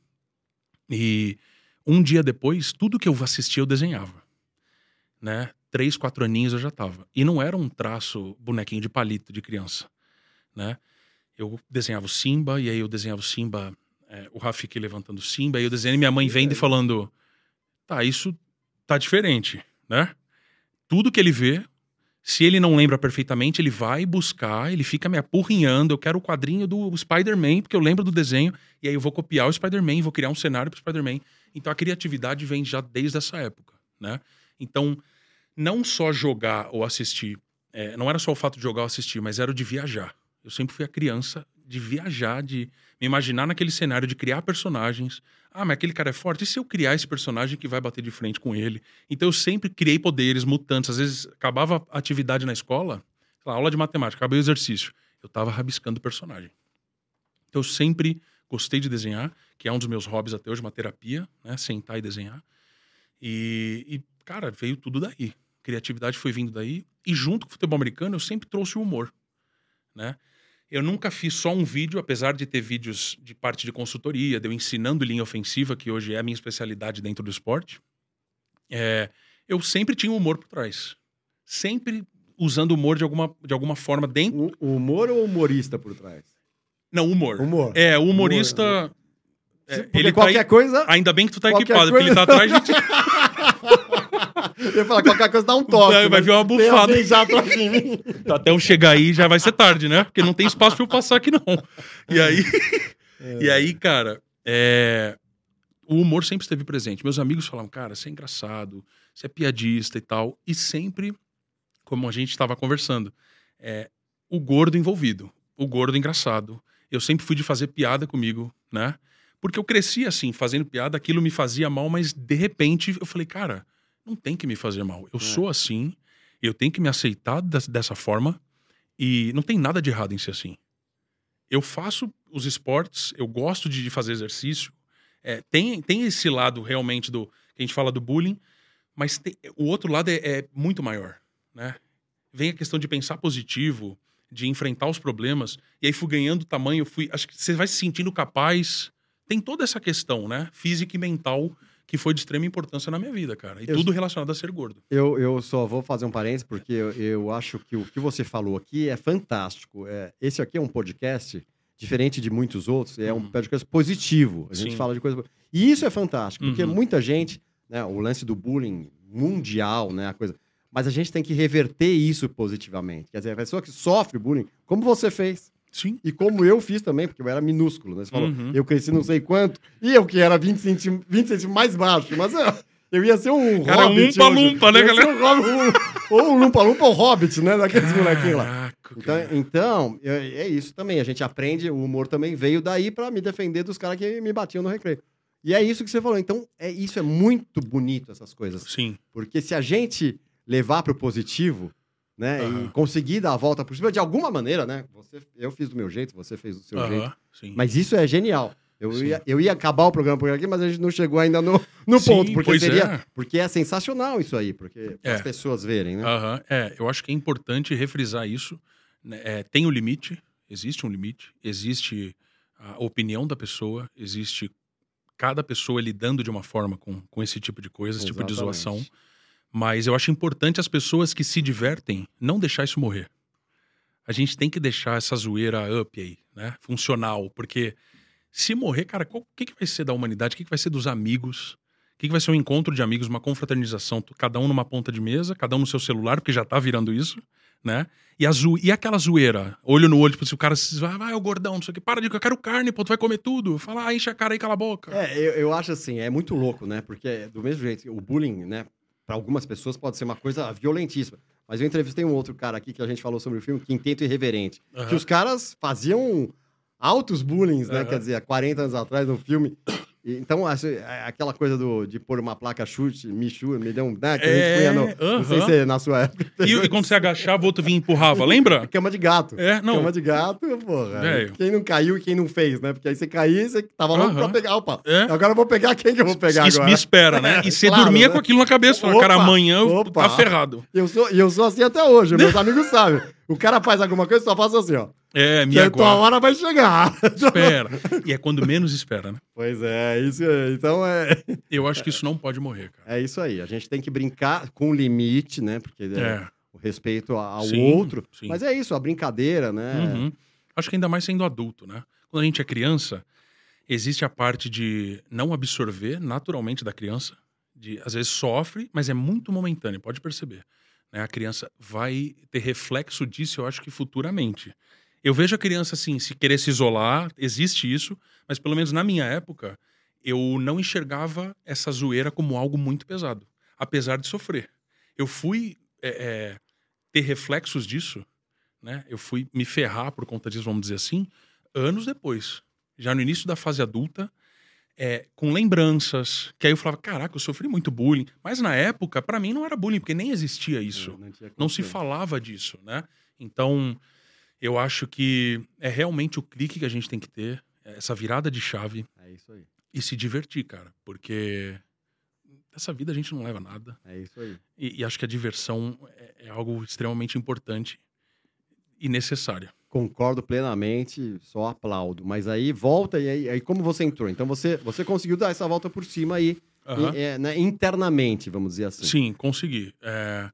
B: e um dia depois, tudo que eu assistia eu desenhava, né? Três, quatro aninhos eu já tava. E não era um traço bonequinho de palito de criança, né? Eu desenhava o Simba, e aí eu desenhava o Simba, é, o Rafiki levantando o Simba, e eu desenhei minha mãe vendo e falando, tá, isso tá diferente, né? Tudo que ele vê, se ele não lembra perfeitamente, ele vai buscar, ele fica me apurrinhando, eu quero o quadrinho do Spider-Man, porque eu lembro do desenho, e aí eu vou copiar o Spider-Man, vou criar um cenário pro Spider-Man. Então a criatividade vem já desde essa época, né? Então, não só jogar ou assistir, é, não era só o fato de jogar ou assistir, mas era o de viajar. Eu sempre fui a criança de viajar, de me imaginar naquele cenário, de criar personagens. Ah, mas aquele cara é forte, e se eu criar esse personagem que vai bater de frente com ele? Então eu sempre criei poderes, mutantes. Às vezes acabava a atividade na escola, sei lá, aula de matemática, acabei o exercício. Eu tava rabiscando o personagem. Então eu sempre gostei de desenhar, que é um dos meus hobbies até hoje, uma terapia, né? Sentar e desenhar. E, e, cara, veio tudo daí. Criatividade foi vindo daí. E junto com o futebol americano, eu sempre trouxe o humor, né? Eu nunca fiz só um vídeo, apesar de ter vídeos de parte de consultoria, de eu ensinando linha ofensiva, que hoje é a minha especialidade dentro do esporte. É, eu sempre tinha humor por trás. Sempre usando humor de alguma, de alguma forma dentro...
A: O, o humor ou humorista por trás?
B: Não, humor.
A: Humor.
B: É, o humorista...
A: Humor.
B: É,
A: Porque
B: ele tá
A: qualquer
B: aí-
A: coisa...
B: Ainda bem que tu tá
A: Qualquer
B: equipado, porque ele tá
A: coisa-
B: atrás de ti.
A: Eu ia falar, qualquer coisa dá um toque.
B: Vai- vai
A: mas
B: vir uma
A: tem
B: bufada.
A: alguém já atrás de mim.
B: Até eu chegar aí já vai ser tarde, né? Porque não tem espaço pra eu passar aqui, não. E aí, e aí cara, é, o humor sempre esteve presente. Meus amigos falavam, cara, você é engraçado, você é piadista e tal. E sempre, como a gente estava conversando, é, o gordo envolvido, o gordo engraçado. Eu sempre fui de fazer piada comigo, né? Porque eu cresci assim, fazendo piada, aquilo me fazia mal, mas de repente eu falei, cara, não tem que me fazer mal. Eu
A: É.
B: sou assim, eu tenho que me aceitar des- dessa forma e não tem nada de errado em ser assim. Eu faço os esportes, eu gosto de de fazer exercício. É, tem, tem esse lado realmente do que a gente fala do bullying, mas tem- o outro lado é, é muito maior, né? Vem a questão de pensar positivo, de enfrentar os problemas, e aí fui ganhando tamanho, fui, acho que você vai se sentindo capaz. Tem toda essa questão, né? Física e mental, que foi de extrema importância na minha vida, cara. E
A: Eu-
B: tudo relacionado a ser gordo.
A: Eu, eu só vou fazer um parênteses, porque eu, eu acho que o que você falou aqui é fantástico. É, esse aqui é um podcast, diferente de muitos outros, é um
B: Uhum.
A: podcast positivo. A gente
B: Sim.
A: fala de coisa... E isso é fantástico, porque
B: Uhum.
A: muita gente, né, o lance do bullying mundial, né, a coisa... Mas a gente tem que reverter isso positivamente. Quer dizer, a pessoa que sofre bullying, como você fez,
B: Sim.
A: e como eu fiz também, porque eu era minúsculo, né? Você falou,
B: Uhum.
A: eu cresci não sei quanto, e eu que era vinte centímetros, vinte centímetros mais baixo, mas eu, eu ia ser um
B: Cara, um
A: hobbit.
B: lumpa-lumpa,
A: hoje.
B: né,
A: Eu ia ser
B: galera?
A: um hobbit, um- ou um lumpa-lumpa ou hobbit, né? Daqueles molequinhos lá.
B: Caraca,
A: Então,
B: cara.
A: então é, é isso também. A gente aprende, o humor também veio daí pra me defender dos caras que me batiam no recreio. E é isso que você falou. Então, é, isso é muito bonito, essas coisas.
B: Sim.
A: Porque se a gente levar pro positivo, né,
B: Aham.
A: e conseguir dar a volta por cima, de alguma maneira, né? Você, eu fiz do meu jeito, você fez do seu
B: Aham,
A: jeito.
B: sim.
A: Mas isso é genial. Eu
B: Sim.
A: ia, eu ia acabar o programa por aqui, mas a gente não chegou ainda no, no
B: Sim,
A: ponto. Porque
B: pois
A: seria.
B: é.
A: Porque é sensacional isso aí, porque
B: É.
A: as pessoas verem, né?
B: Aham, é, eu acho que é importante refrisar isso. Né? É, tem o limite, existe um limite, existe a opinião da pessoa, existe cada pessoa lidando de uma forma com, com esse tipo de coisa, esse tipo de
A: Exatamente.
B: zoação. Mas eu acho importante as pessoas que se divertem não deixar isso morrer. A gente tem que deixar essa zoeira up aí, né? Funcional, porque se morrer, cara, qual- o que, que vai ser da humanidade? O que, que vai ser dos amigos? O que, que vai ser um encontro de amigos, uma confraternização? Tu- Cada um numa ponta de mesa, cada um no seu celular, porque já tá virando isso, né? E, a zo... e aquela zoeira, olho no olho, tipo, se o cara se vai, vai, ô gordão, não sei o que, para de, eu quero carne, pô, tu vai comer tudo. Fala, ah, enche a cara aí, cala a boca.
A: É, eu, eu acho assim, é muito louco, né? Porque do mesmo jeito, o bullying, né? Para algumas pessoas pode ser uma coisa violentíssima. Mas eu entrevistei um outro cara aqui que a gente falou sobre o filme Quinteto Irreverente.
B: Aham.
A: Que os caras faziam altos bullying, né?
B: Aham.
A: Quer dizer, há quarenta anos atrás, no filme. E, então, acho- é aquela coisa do, de pôr uma placa chute, me chuta, me deu um... Né, que a gente
B: É,
A: punha no, não sei
B: aham.
A: se é na sua época.
B: E, e quando você agachava, o outro vinha e empurrava, lembra?
A: Cama de gato.
B: É, não.
A: Cama de gato, porra.
B: Velho.
A: Quem não caiu e quem não fez, né? Porque aí você caía e você tava louco pra
B: Aham.
A: pegar. Opa,
B: É.
A: agora eu vou pegar quem que eu vou pegar
B: Isso
A: agora?
B: me espera, né? E você
A: Claro,
B: dormia
A: né?
B: com aquilo na cabeça. Falava,
A: Opa,
B: cara, amanhã eu
A: opa.
B: tá ferrado.
A: E eu sou, e eu sou assim até hoje, meus amigos sabem. O cara faz alguma coisa, só faço assim, ó.
B: É, me
A: Que a tua
B: aguarda.
A: hora vai chegar.
B: Espera. E é quando menos espera, né?
A: Pois é, isso aí. Então é,
B: Eu acho que isso não pode morrer, cara.
A: é isso aí. A gente tem que brincar com limite, né? Porque é,
B: É.
A: o respeito ao
B: Sim,
A: outro.
B: sim.
A: Mas é isso, a brincadeira, né?
B: Uhum. Acho que ainda mais sendo adulto, né? Quando a gente é criança, existe a parte de não absorver naturalmente da criança. De, às vezes sofre, mas é muito momentâneo, pode perceber. Né? A criança vai ter reflexo disso, eu acho que futuramente. Eu vejo a criança, assim, se querer se isolar, existe isso, mas pelo menos na minha época, eu não enxergava essa zoeira como algo muito pesado, apesar de sofrer. Eu fui é, é, ter reflexos disso, né? Eu fui me ferrar por conta disso, vamos dizer assim, anos depois. Já no início da fase adulta, é, com lembranças, que aí eu falava, caraca, eu sofri muito bullying. Mas na época, pra mim não era bullying, porque nem existia isso.
A: Não, não tinha
B: Não se
A: consciência.
B: falava disso, né? Então, eu acho que é realmente o clique que a gente tem que ter, essa virada de chave
A: É isso aí.
B: e se divertir, cara. Porque dessa vida a gente não leva nada.
A: É isso aí.
B: E, e acho que a diversão é, é algo extremamente importante e necessária.
A: Concordo plenamente, só aplaudo. Mas aí volta, e aí, aí como você entrou? Então você, você conseguiu dar essa volta por cima aí,
B: Aham.
A: e- é, né, internamente, vamos dizer assim.
B: Sim, consegui. É,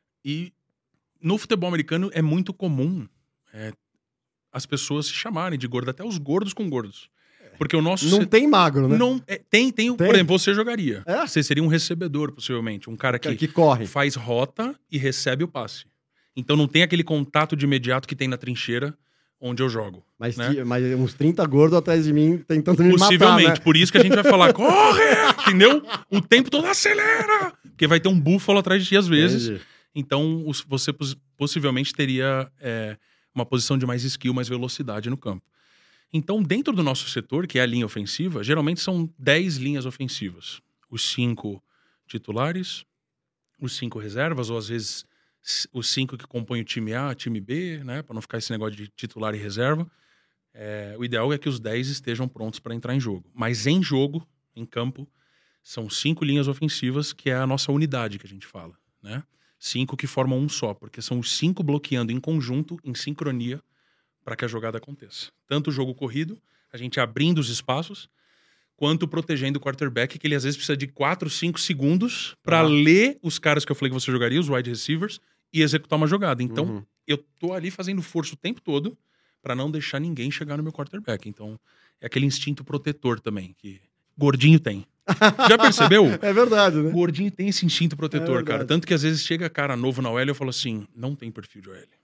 B: e no futebol americano é muito comum é, as pessoas se chamarem de gordo, até os gordos com gordos. Porque o nosso...
A: Não
B: set-
A: tem magro, né?
B: não é, tem, tem,
A: Tem?
B: Por exemplo, você jogaria.
A: É?
B: Você seria um recebedor, possivelmente. Um cara que
A: Que corre.
B: faz rota e recebe o passe. Então não tem aquele contato de imediato que tem na trincheira onde eu jogo.
A: Mas,
B: né?
A: que- mas uns trinta gordos atrás de mim tentando me
B: Possivelmente.
A: matar, né?
B: Por isso que a gente vai falar, corre! Entendeu? O tempo todo acelera! Porque vai ter um búfalo atrás de ti às vezes.
A: Entendi.
B: Então os- você poss- possivelmente teria é, uma posição de mais skill, mais velocidade no campo. Então, dentro do nosso setor, que é a linha ofensiva, geralmente são dez linhas ofensivas. Os cinco titulares, os cinco reservas, ou às vezes s- os cinco que compõem o time A, time B, né? Para não ficar esse negócio de titular e reserva. É, o ideal é que os dez estejam prontos para entrar em jogo. Mas em jogo, em campo, são cinco linhas ofensivas, que é a nossa unidade que a gente fala, né? Cinco que formam um só, porque são os cinco bloqueando em conjunto, em sincronia, para que a jogada aconteça. Tanto o jogo corrido, a gente abrindo os espaços, quanto protegendo o quarterback, que ele às vezes precisa de quatro, cinco segundos para
A: Ah.
B: ler os caras que eu falei que você jogaria, os wide receivers, e executar uma jogada. Então,
A: Uhum.
B: eu tô ali fazendo força o tempo todo para não deixar ninguém chegar no meu quarterback. Então, é aquele instinto protetor também, que gordinho tem. Já percebeu?
A: É verdade, né?
B: O gordinho tem esse instinto protetor,
A: É
B: cara.
A: verdade.
B: Tanto que às vezes chega cara novo na O L e eu falo assim, não tem perfil de O L.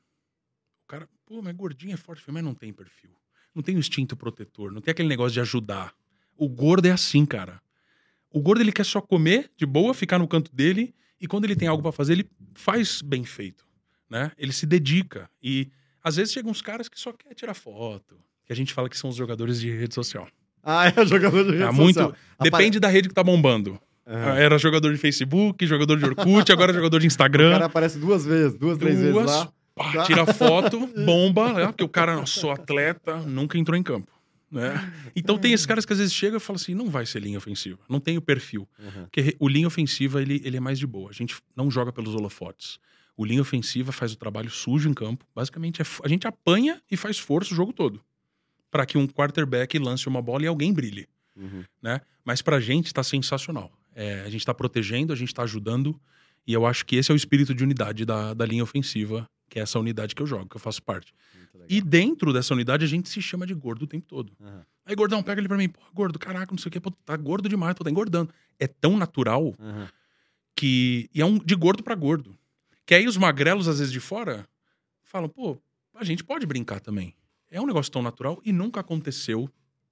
B: O cara, pô, mas gordinho é forte, mas não tem perfil. Não tem o instinto protetor, não tem aquele negócio de ajudar. O gordo é assim, cara. O gordo, ele quer só comer de boa, ficar no canto dele, e quando ele tem algo pra fazer, ele faz bem feito, né? Ele se dedica. E às vezes chegam uns caras que só querem tirar foto, que a gente fala que são os jogadores de rede social.
A: Ah, é jogador de rede
B: É muito...
A: social.
B: Depende da rede que tá bombando.
A: Aham.
B: Era jogador de Facebook, jogador de Orkut, agora é jogador de Instagram.
A: O cara aparece duas vezes, duas, três vezes
B: Duas,
A: lá.
B: pá,
A: Tá.
B: tira foto, bomba, né? Porque o cara, "Nossa, sou atleta, nunca entrou em campo. Né? Então tem esses caras que às vezes chegam e falam assim, não vai ser linha ofensiva, não tem o perfil.
A: Uhum.
B: Porque o linha ofensiva, ele, ele é mais de boa. A gente não joga pelos holofotes. O linha ofensiva faz o trabalho sujo em campo. Basicamente, é, f- a gente apanha e faz força o jogo todo. Para que um quarterback lance uma bola e alguém brilhe.
A: Uhum.
B: Né? Mas pra gente tá sensacional. É, a gente tá protegendo, a gente tá ajudando. E eu acho que esse é o espírito de unidade da, da linha ofensiva, que é essa unidade que eu jogo, que eu faço parte.
A: Muito legal.
B: E dentro dessa unidade a gente se chama de gordo o tempo todo.
A: Aham.
B: Aí, gordão, pega ele pra mim. Pô, gordo, caraca, não sei o que. Pô, tá gordo demais, pô, tá engordando. É tão natural
A: Aham.
B: que... E é um de gordo pra gordo. Que aí os magrelos, às vezes, de fora, falam, pô, a gente pode brincar também. É um negócio tão natural e nunca aconteceu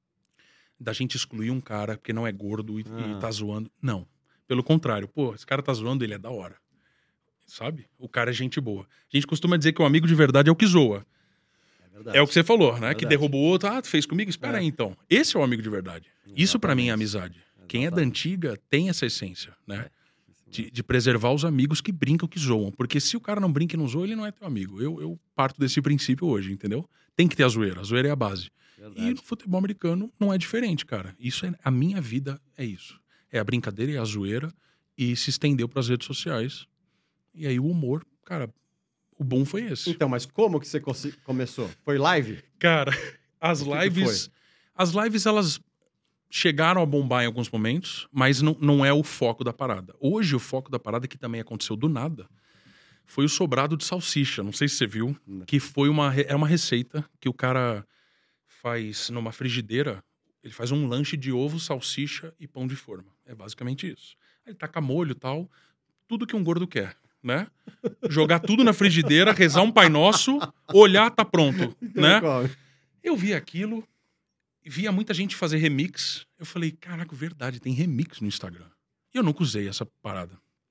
B: da gente excluir um cara porque não é gordo e,
A: Ah.
B: e tá zoando. Não. Pelo contrário. Pô, esse cara tá zoando, ele é da hora. Sabe? O cara é gente boa. A gente costuma dizer que o amigo de verdade é o que zoa.
A: É
B: É o que você falou, né? Verdade. Que derrubou o outro. Ah, tu fez comigo? Espera é. aí, então. Esse é o amigo de verdade. Exatamente. Isso pra mim é amizade. Exatamente. Quem é da antiga tem essa essência, né? É. De, de preservar os amigos que brincam, que zoam. Porque se o cara não brinca e não zoa, ele não é teu amigo. Eu, eu parto desse princípio hoje, entendeu? Tem que ter a zoeira. A zoeira é a base. Verdade. E no futebol americano não é diferente, cara. Isso é, a minha vida é isso. É a brincadeira e a zoeira. E se estendeu pras redes sociais. E aí o humor, cara, o bom foi esse.
A: Então, mas como que você começou? Foi live?
B: Cara, as lives... As lives, elas... chegaram a bombar em alguns momentos, mas não, não é o foco da parada. Hoje, o foco da parada, que também aconteceu do nada, foi o sobrado de salsicha. Não sei se você viu, não. que foi uma, é uma receita que o cara faz numa frigideira. Ele faz um lanche de ovo, salsicha e pão de forma. É basicamente isso. Aí ele taca molho e tal, tudo que um gordo quer, né? Jogar tudo na frigideira, rezar um Pai Nosso, olhar, tá pronto, né? Eu vi aquilo... Via muita gente fazer remix. Eu falei, caraca, verdade, tem remix no Instagram. E eu nunca usei essa parada.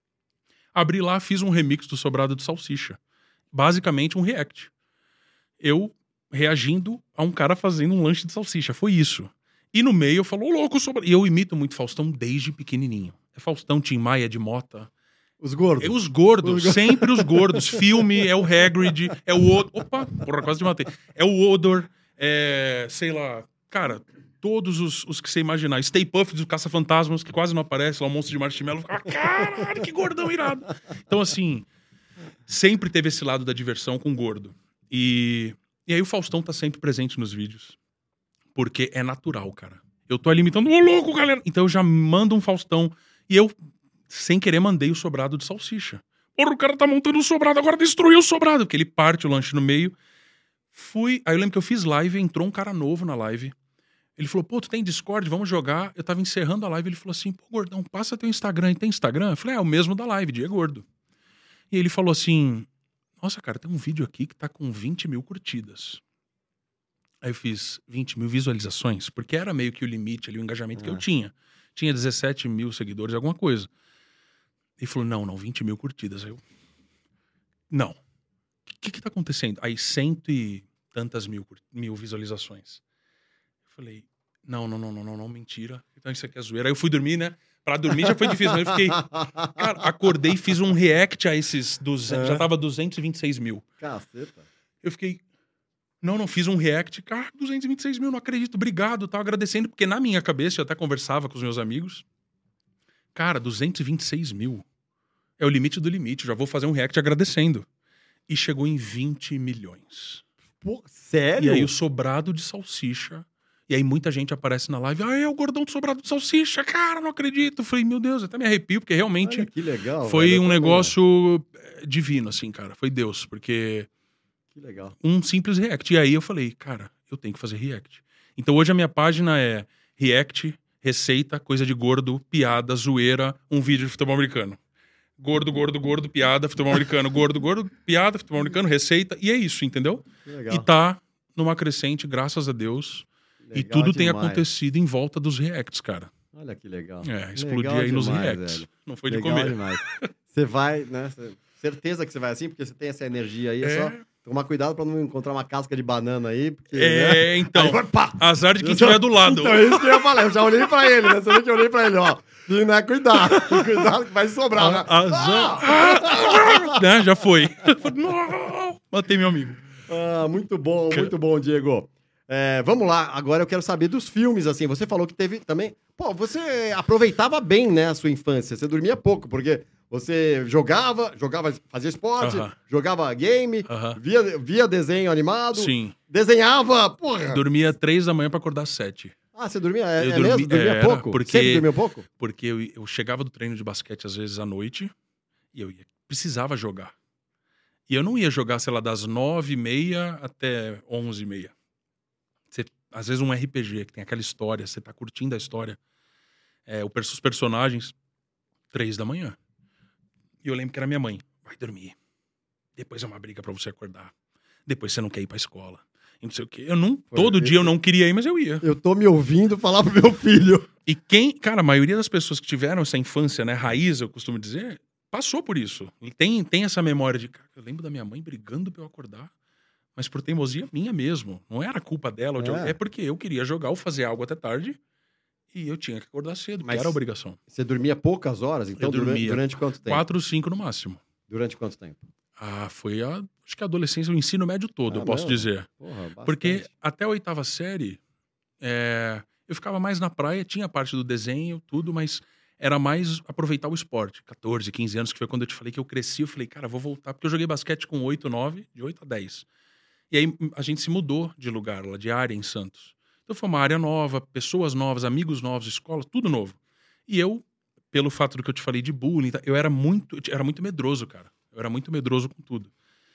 B: Abri lá, fiz um remix do sobrado de salsicha. Basicamente um react. Eu reagindo a um cara fazendo um lanche de salsicha. Foi isso. E no meio eu falo, ô louco, sobrado. E eu imito muito Faustão desde pequenininho. É Faustão, Tim Maia, de Mota.
A: Os gordos.
B: É os gordos, os sempre os gordos. Filme, é o Hagrid, é o Odor. Opa, porra, quase te matei. É o Odor, é, sei lá... Cara, todos os, os que você imaginar. Stay Puft do Caça-Fantasmas, que quase não aparece, lá o Monstro de Marshmallow. Ah, caralho, que gordão irado. Então, assim, sempre teve esse lado da diversão com o gordo. E, e aí o Faustão tá sempre presente nos vídeos. Porque é natural, cara. Eu tô ali imitando, ô louco, galera. Então eu já mando um Faustão. E eu, sem querer, mandei o sobrado de salsicha. Porra, o cara tá montando o sobrado, agora destruiu o sobrado. Porque ele parte o lanche no meio. Fui, aí eu lembro que eu fiz live, entrou um cara novo na live. Ele falou, pô, tu tem Discord, vamos jogar. Eu tava encerrando a live, ele falou assim, pô, gordão, passa teu Instagram. Tem Instagram? Eu falei, é, é o mesmo da live, Diego Gordo. E ele falou assim, nossa, cara, tem um vídeo aqui que tá com vinte mil curtidas. Aí eu fiz vinte mil visualizações, porque era meio que o limite ali, o engajamento é. que eu tinha. Tinha dezessete mil seguidores, alguma coisa. Ele falou, não, não, vinte mil curtidas. Aí eu, não. O que que tá acontecendo? Aí cento e tantas mil, mil visualizações. Eu falei, não, não, não, não, não, não, mentira. Então isso aqui é zoeira. Aí eu fui dormir, né? Pra dormir já foi difícil, mas eu fiquei... Cara, acordei e fiz um react a esses duzentos, é. já tava duzentos e vinte e seis mil.
A: Caceta.
B: Eu fiquei... Não, não, fiz um react. Cara, duzentos e vinte e seis mil, não acredito. Obrigado, tava agradecendo. Porque na minha cabeça, eu até conversava com os meus amigos. Cara, duzentos e vinte e seis mil. É o limite do limite. Eu já vou fazer um react agradecendo. E chegou em vinte milhões.
A: Pô, sério?
B: E aí o sobrado de salsicha... E aí muita gente aparece na live, ah, é o gordão do sobrado de salsicha, cara, não acredito. Eu falei, meu Deus, eu até me arrepio, porque realmente
A: Olha, que legal,
B: foi
A: velho,
B: um
A: também,
B: negócio né? divino, assim, cara. Foi Deus, porque...
A: Que legal.
B: Um simples react. E aí eu falei, cara, eu tenho que fazer react. Então hoje a minha página é react, receita, coisa de gordo, piada, zoeira, um vídeo de futebol americano. Gordo, gordo, gordo, piada, futebol americano. Gordo, gordo, piada, futebol americano, receita. E é isso, entendeu?
A: Que legal.
B: E tá numa crescente, graças a Deus... Legal e tudo demais. Tem acontecido em volta dos reacts, cara.
A: Olha que legal.
B: É, explodir aí demais, nos reacts. Velho. Não foi
A: legal
B: de comer.
A: Demais. Você vai, né? Certeza que você vai assim, porque você tem essa energia aí. É, é só tomar cuidado pra não encontrar uma casca de banana aí. Porque,
B: é, né? Então.
A: Vai,
B: azar de quem estiver do lado.
A: Então, é isso que eu ia falar. Eu já olhei pra ele, né? Você vê que eu olhei pra ele, ó. E, né? Cuidado. Cuidado que vai sobrar, né?
B: Azar. Ah! né? Já foi. Não! Matei meu amigo.
A: Ah, muito bom, muito bom, Diego. É, vamos lá, agora eu quero saber dos filmes, assim, você falou que teve também... Pô, você aproveitava bem, né, a sua infância, você dormia pouco, porque você jogava, jogava, fazia esporte, uh-huh. jogava game, uh-huh. via, via desenho animado,
B: Sim.
A: desenhava, porra...
B: Dormia três da manhã pra acordar às sete.
A: Ah, você dormia, é,
B: eu
A: é
B: dormi,
A: mesmo? Dormia
B: era,
A: pouco?
B: Porque,
A: Sempre dormia pouco?
B: Porque eu, eu chegava do treino de basquete, às vezes, à noite, e eu ia, precisava jogar. E eu não ia jogar, sei lá, das nove e meia até onze e meia. Você, às vezes um R P G que tem aquela história, você tá curtindo a história, é, os personagens, três da manhã. E eu lembro que era minha mãe, vai dormir. Depois é uma briga pra você acordar. Depois você não quer ir pra escola. E não sei o quê. Eu não, Foi, todo eu, dia eu não queria ir, mas eu ia.
A: Eu tô me ouvindo falar pro meu filho.
B: E quem, cara, a maioria das pessoas que tiveram essa infância, né, raiz, eu costumo dizer, passou por isso. E tem, tem essa memória de, cara, eu lembro da minha mãe brigando pra eu acordar. mas por teimosia minha mesmo. Não era culpa dela. Ou de...
A: É.
B: é porque eu queria jogar ou fazer algo até tarde e eu tinha que acordar cedo,
A: Mas
B: porque era obrigação.
A: Você dormia poucas horas? Então,
B: Eu dormia
A: durante, durante quanto tempo?
B: Quatro, cinco no máximo.
A: Durante quanto tempo?
B: Ah, foi a, acho que a adolescência, o ensino médio todo,
A: Ah,
B: eu posso
A: mesmo?
B: dizer.
A: Porra, bastante.
B: Porque até a oitava série, é, eu ficava mais na praia, tinha a parte do desenho, tudo, mas era mais aproveitar o esporte. catorze, quinze anos, que foi quando eu te falei que eu cresci, eu falei, cara, vou voltar, porque eu joguei basquete com oito, nove, de oito a dez. E aí a gente se mudou de lugar, lá de área em Santos. Então foi uma área nova, pessoas novas, amigos novos, escola, tudo novo. E eu, pelo fato do que eu te falei de bullying, eu era muito, eu era muito medroso, cara. Eu era muito medroso com tudo.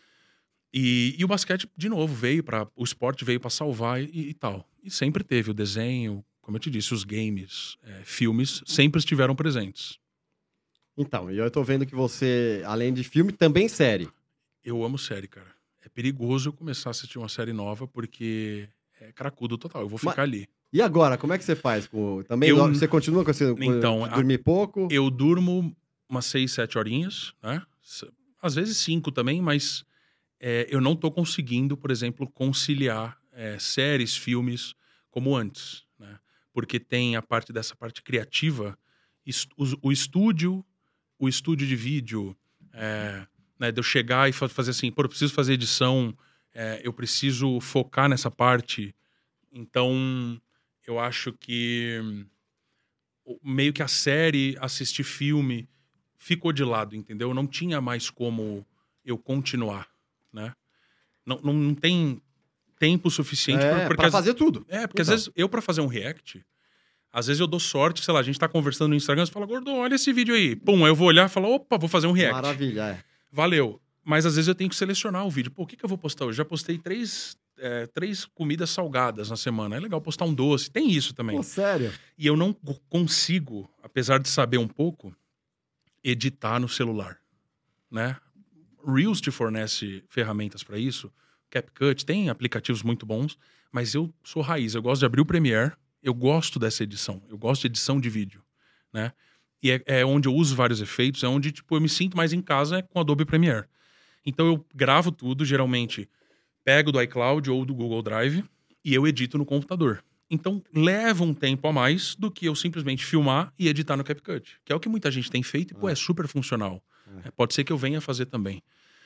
B: E, e o basquete, de novo, veio para o esporte veio para salvar e, e tal. E sempre teve o desenho, como eu te disse, os games, é, filmes, sempre estiveram presentes.
A: Então, e eu tô vendo que você, além de filme, também série.
B: Eu amo série, cara. É perigoso eu começar a assistir uma série nova, porque é cracudo total. Eu vou ficar
A: Mas,
B: ali.
A: E agora, como é que você faz? Com, também
B: Eu-
A: você continua com esse, com-
B: Então,
A: de dormir pouco?
B: Eu durmo umas seis, sete horinhas, né? Às vezes cinco também, mas é, eu não tô conseguindo, por exemplo, conciliar é, séries, filmes como antes, né? Porque tem a parte dessa parte criativa, est- os- o estúdio, o estúdio de vídeo, é, né, de eu chegar e fa- fazer assim, pô, eu preciso fazer edição, é, eu preciso focar nessa parte. Então, eu acho que hum, o- meio que a série, assistir filme, ficou de lado, entendeu? Não tinha mais como eu continuar, né? Não, não, não tem tempo suficiente
A: É,
B: pra- porque
A: pra
B: às-
A: fazer tudo.
B: é, porque
A: Então.
B: às vezes eu pra fazer um react, às vezes eu dou sorte, sei lá, a gente tá conversando no Instagram, você fala, Gordo, olha esse vídeo aí. Pum, aí eu vou olhar e falar, opa, vou fazer um react.
A: Maravilha, é.
B: Valeu. Mas às vezes eu tenho que selecionar o vídeo. Pô, o que, que eu vou postar hoje? Já postei três, é, três comidas salgadas na semana. É legal postar um doce. Tem isso também.
A: Pô, sério?
B: E eu não co- consigo, apesar de saber um pouco, editar no celular, né? Reels te fornece ferramentas para isso. CapCut tem aplicativos muito bons, mas eu sou raiz. Eu gosto de abrir o Premiere. Eu gosto dessa edição. Eu gosto de edição de vídeo, né? E é, é onde eu uso vários efeitos. É onde tipo eu me sinto mais em casa é com o Adobe Premiere. Então eu gravo tudo, geralmente pego do iCloud ou do Google Drive e eu edito no computador. Então leva um tempo a mais do que eu simplesmente filmar e editar no CapCut, que é o que muita gente tem feito e pô, é super funcional. É, pode ser que eu venha fazer também.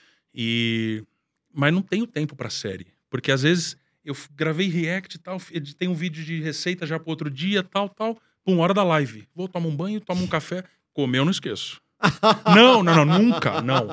B: E mas não tenho tempo para série, porque às vezes eu f- gravei react e tal, editei um vídeo de receita já para outro dia, tal, tal, pum, hora da live. Vou tomar um banho, tomo um café, comer eu não esqueço. Não, não, não, nunca, não.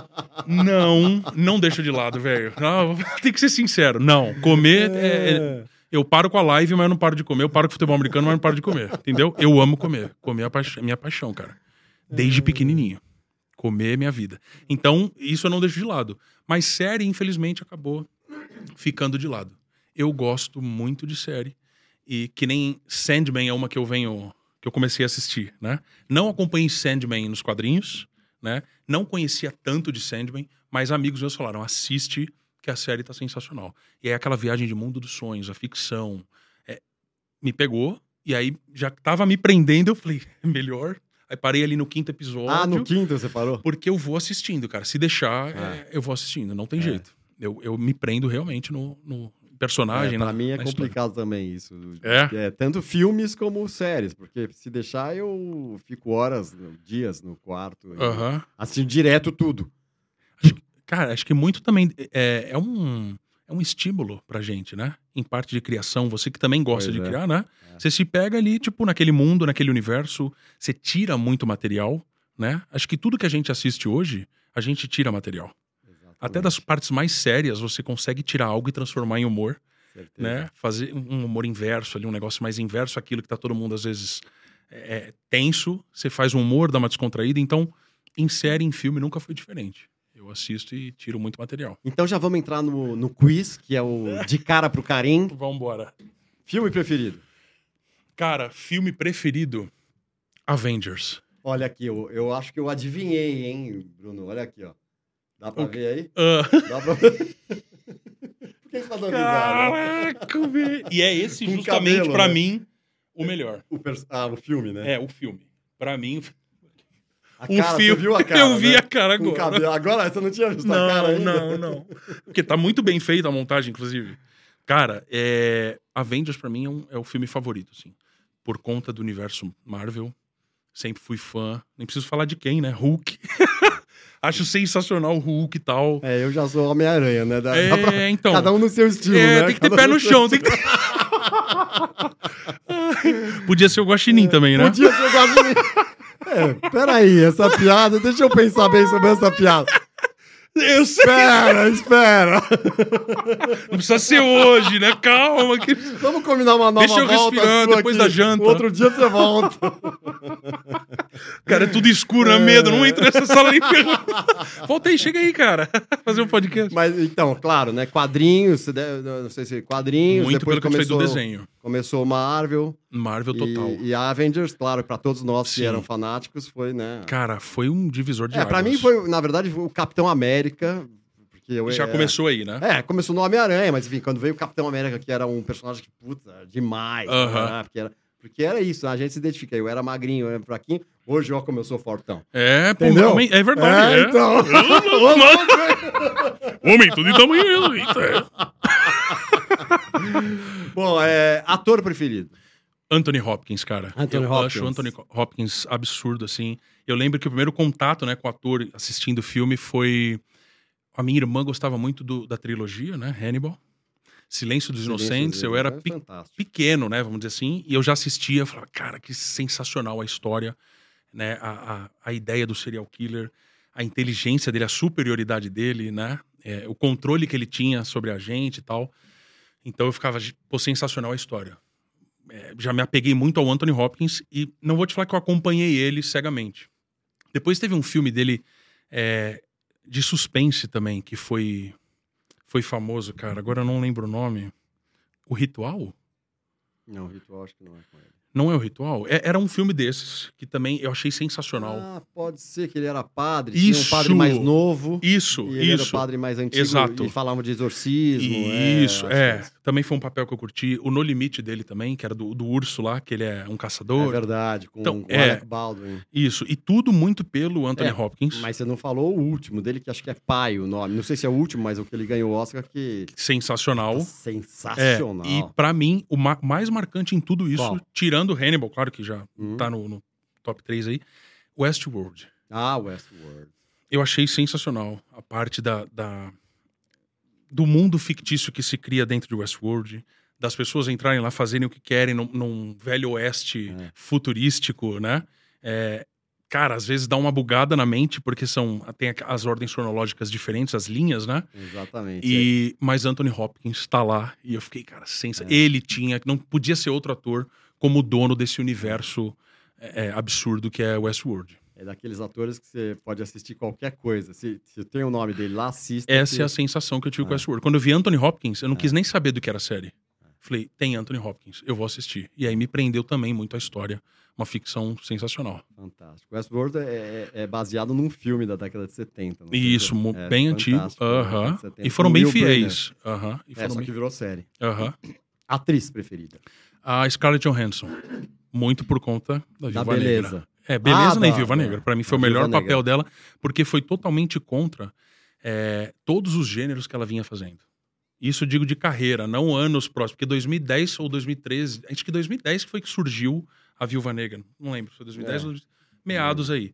B: Não, não deixa de lado, velho. Não, tem que ser sincero. Não, comer é, é- eu paro com a live, mas eu não paro de comer. Eu paro com o futebol americano, mas não paro de comer. Entendeu? Eu amo comer. Comer é a paix- é minha paixão, cara. Desde pequenininho. Comer é minha vida. Então, isso eu não deixo de lado. Mas série, infelizmente, acabou ficando de lado. Eu gosto muito de série. E que nem Sandman é uma que eu venho... que eu comecei a assistir, né? Não acompanhei Sandman nos quadrinhos, né? Não conhecia tanto de Sandman, mas amigos meus falaram, assiste que a série tá sensacional. E aí aquela viagem de mundo dos sonhos, a ficção, é, me pegou, e aí já tava me prendendo, eu falei, é melhor. Aí parei ali no quinto episódio.
A: Ah, no quinto você parou?
B: Porque eu vou assistindo, cara. Se deixar,
A: Ah.
B: é, eu vou assistindo, não tem
A: É.
B: jeito. Eu, eu me prendo realmente no, no personagem,
A: É,
B: na,
A: pra mim é
B: na história.
A: complicado também isso.
B: É?
A: Tanto filmes como séries, porque se deixar eu fico horas, dias no quarto,
B: Aham.
A: assistindo direto tudo.
B: Cara, acho que muito também é, é um, é um estímulo pra gente, né? Em parte de criação, você que também gosta
A: Pois
B: de
A: é.
B: criar, né?
A: É.
B: Você se pega ali, tipo, naquele mundo, naquele universo, você tira muito material, né? Acho que tudo que a gente assiste hoje, a gente tira material. Até das partes mais sérias, você consegue tirar algo e transformar em humor,
A: Certeza.
B: né? Fazer um humor inverso ali, um negócio mais inverso àquilo que tá todo mundo, às vezes, é, é, tenso. Você faz um humor, dá uma descontraída. Então, em série, em filme, nunca foi diferente. Eu assisto e tiro muito material.
A: Então já vamos entrar no, no quiz, que é o De Cara pro Carim.
B: Vambora.
A: Filme preferido?
B: Cara, filme preferido, Avengers.
A: Olha aqui, eu, eu acho que eu adivinhei, hein, Bruno? Olha aqui, ó. Dá pra
B: O
A: ver aí?
B: Ah,
A: Dá pra ver? Por que você tá dando risada?
B: caraca, velho. E é esse
A: Com
B: justamente,
A: cabelo,
B: pra
A: né?
B: mim, o melhor.
A: O pers- Ah, o filme, né?
B: É, o filme. Pra mim,
A: A
B: o
A: cara,
B: filme.
A: você viu a cara,
B: Eu vi
A: né?
B: a cara
A: Com
B: agora.
A: cabelo. Agora você não tinha visto a
B: Não,
A: cara ainda?
B: não, não. Porque tá muito bem feita a montagem, inclusive. Cara, é... Avengers pra mim é, um- é o filme favorito, assim. Por conta do universo Marvel. Sempre fui fã. Nem preciso falar de quem, né? Hulk. Acho sensacional o Hulk e tal.
A: É, eu já sou Homem-Aranha, né? Dá,
B: É,
A: dá pra-
B: então.
A: Cada um no seu estilo,
B: É,
A: né?
B: tem que ter
A: Cada
B: pé
A: um
B: no
A: seu
B: chão.
A: estilo.
B: Tem que ter... Podia ser o Guaxinim também, né?
A: Podia ser o Guaxinim. É, peraí, essa piada... Deixa eu pensar bem sobre essa piada.
B: Eu sei.
A: Espera, espera.
B: Não precisa ser hoje, né? Calma. Que...
A: Vamos combinar uma nova
B: Deixa eu
A: volta
B: respirando
A: sua
B: depois
A: aqui.
B: da janta.
A: Outro dia você volta.
B: Cara, é tudo escuro, é medo. Não entra nessa sala nem ferrando. Volta aí, chega aí, cara. Fazer um podcast.
A: Mas, então, claro, né? Quadrinhos, você deve- não sei se quadrinhos.
B: Muito
A: depois
B: pelo que eu falei do
A: começou,
B: desenho.
A: começou Marvel.
B: Marvel total.
A: E, e Avengers, claro, pra todos nós que
B: Sim.
A: eram fanáticos, foi, né?
B: Cara, foi um divisor de
A: É, pra
B: águas.
A: mim foi, na verdade, foi o Capitão América. Porque eu,
B: Já
A: é,
B: começou aí, né?
A: É, começou no Homem-Aranha, mas enfim, quando veio o Capitão América, que era um personagem que, puta, demais.
B: Aham.
A: né? Porque, era, porque era isso, a gente se identifica. Eu era magrinho, eu era fraquinho, hoje ó, como eu sou fortão.
B: É, pô,
A: Entendeu?
B: homem, é verdade.
A: É,
B: É,
A: então.
B: Homem, tudo em tamanho. Eita.
A: Bom, é, ator preferido.
B: Anthony Hopkins, cara.
A: Anthony
B: eu
A: Hopkins.
B: acho o Anthony Hopkins absurdo, assim. Eu lembro que o primeiro contato, né, com o ator assistindo o filme foi... A minha irmã gostava muito do- da trilogia, né, Hannibal. Silêncio dos
A: Silêncio
B: Inocentes.
A: dos
B: Eu era
A: Inocentes,
B: pe-
A: fantástico.
B: pequeno, né, vamos dizer assim. E eu já assistia, eu falava, cara, que sensacional a história, né, a, a, a ideia do serial killer, a inteligência dele, a superioridade dele, né, é, o controle que ele tinha sobre a gente e tal. Então eu ficava, pô, sensacional a história. É, já me apeguei muito ao Anthony Hopkins e não vou te falar que eu acompanhei ele cegamente. Depois teve um filme dele é, de suspense também, que foi, foi famoso, cara. Agora eu não lembro o nome. O Ritual?
A: Não, o Ritual acho que não é com ele.
B: Não é o Ritual? É- era um filme desses, que também eu achei sensacional.
A: Ah, pode ser que ele era padre.
B: Isso.
A: Tinha um padre mais novo.
B: Isso,
A: E ele era o
B: isso.
A: padre mais antigo.
B: Exato.
A: E falavam de exorcismo.
B: Isso,
A: acho
B: é.
A: que isso.
B: Também foi um papel que eu curti. O No Limite dele também, que era do, do urso lá, que ele é um
A: É
B: caçador.
A: verdade, com,
B: Então,
A: com
B: é.
A: Alec Baldwin.
B: Isso, e tudo muito pelo Anthony
A: É,
B: Hopkins.
A: Mas você não falou o último dele, que acho que é Pai o nome. Não sei se é o último, mas o que ele ganhou o Oscar, que
B: Sensacional.
A: tá
B: É,
A: sensacional.
B: e pra mim, o ma- mais marcante em tudo isso,
A: Qual?
B: tirando Hannibal, claro que já
A: Hum.
B: tá no, no top três aí, Westworld.
A: Ah, Westworld.
B: Eu achei sensacional a parte da, da- do mundo fictício que se cria dentro de Westworld, das pessoas entrarem lá, fazerem o que querem num, num velho oeste
A: É.
B: futurístico, né? É, cara, às vezes dá uma bugada na mente, porque são tem as ordens cronológicas diferentes, as linhas, né?
A: Exatamente.
B: E, mas Anthony Hopkins tá lá e eu fiquei, cara, sensa...
A: É.
B: Ele tinha, não podia ser outro ator como dono desse universo é, é, absurdo que é Westworld.
A: É daqueles atores que você pode assistir qualquer coisa. Se, se tem o nome dele lá, assista.
B: Essa
A: que-
B: é a sensação que eu tive com
A: É.
B: Westworld. Quando eu vi Anthony Hopkins, eu não quis nem saber do que era a série. Falei, tem Anthony Hopkins, eu vou assistir. E aí me prendeu também muito a história. Uma ficção sensacional.
A: Fantástico. Westworld é, é- é baseado num filme da década de setenta. não sei
B: E isso,
A: se-
B: mu-
A: é
B: bem antigo.
A: fantástico, da década
B: Aham.
A: de setenta,
B: E foram
A: com
B: bem
A: Will Brenner.
B: fiéis. Aham. E
A: É,
B: foram
A: só
B: bem...
A: que virou série.
B: Aham.
A: Atriz preferida.
B: A Scarlett Johansson. Muito por conta da
A: Da
B: Viúva
A: beleza.
B: Negra. É, beleza
A: Ah,
B: nem
A: da-
B: Viúva
A: da-
B: Negra. Pra mim foi o
A: da
B: melhor
A: Viúva
B: papel
A: Negra.
B: dela, porque foi totalmente contra é, todos os gêneros que ela vinha fazendo. Isso eu digo de carreira, não anos próximos. Porque dois mil e dez ou dois mil e treze, acho que dois mil e dez que foi que surgiu a Viúva Negra. Não lembro, foi dois mil e dez
A: É.
B: ou meados aí.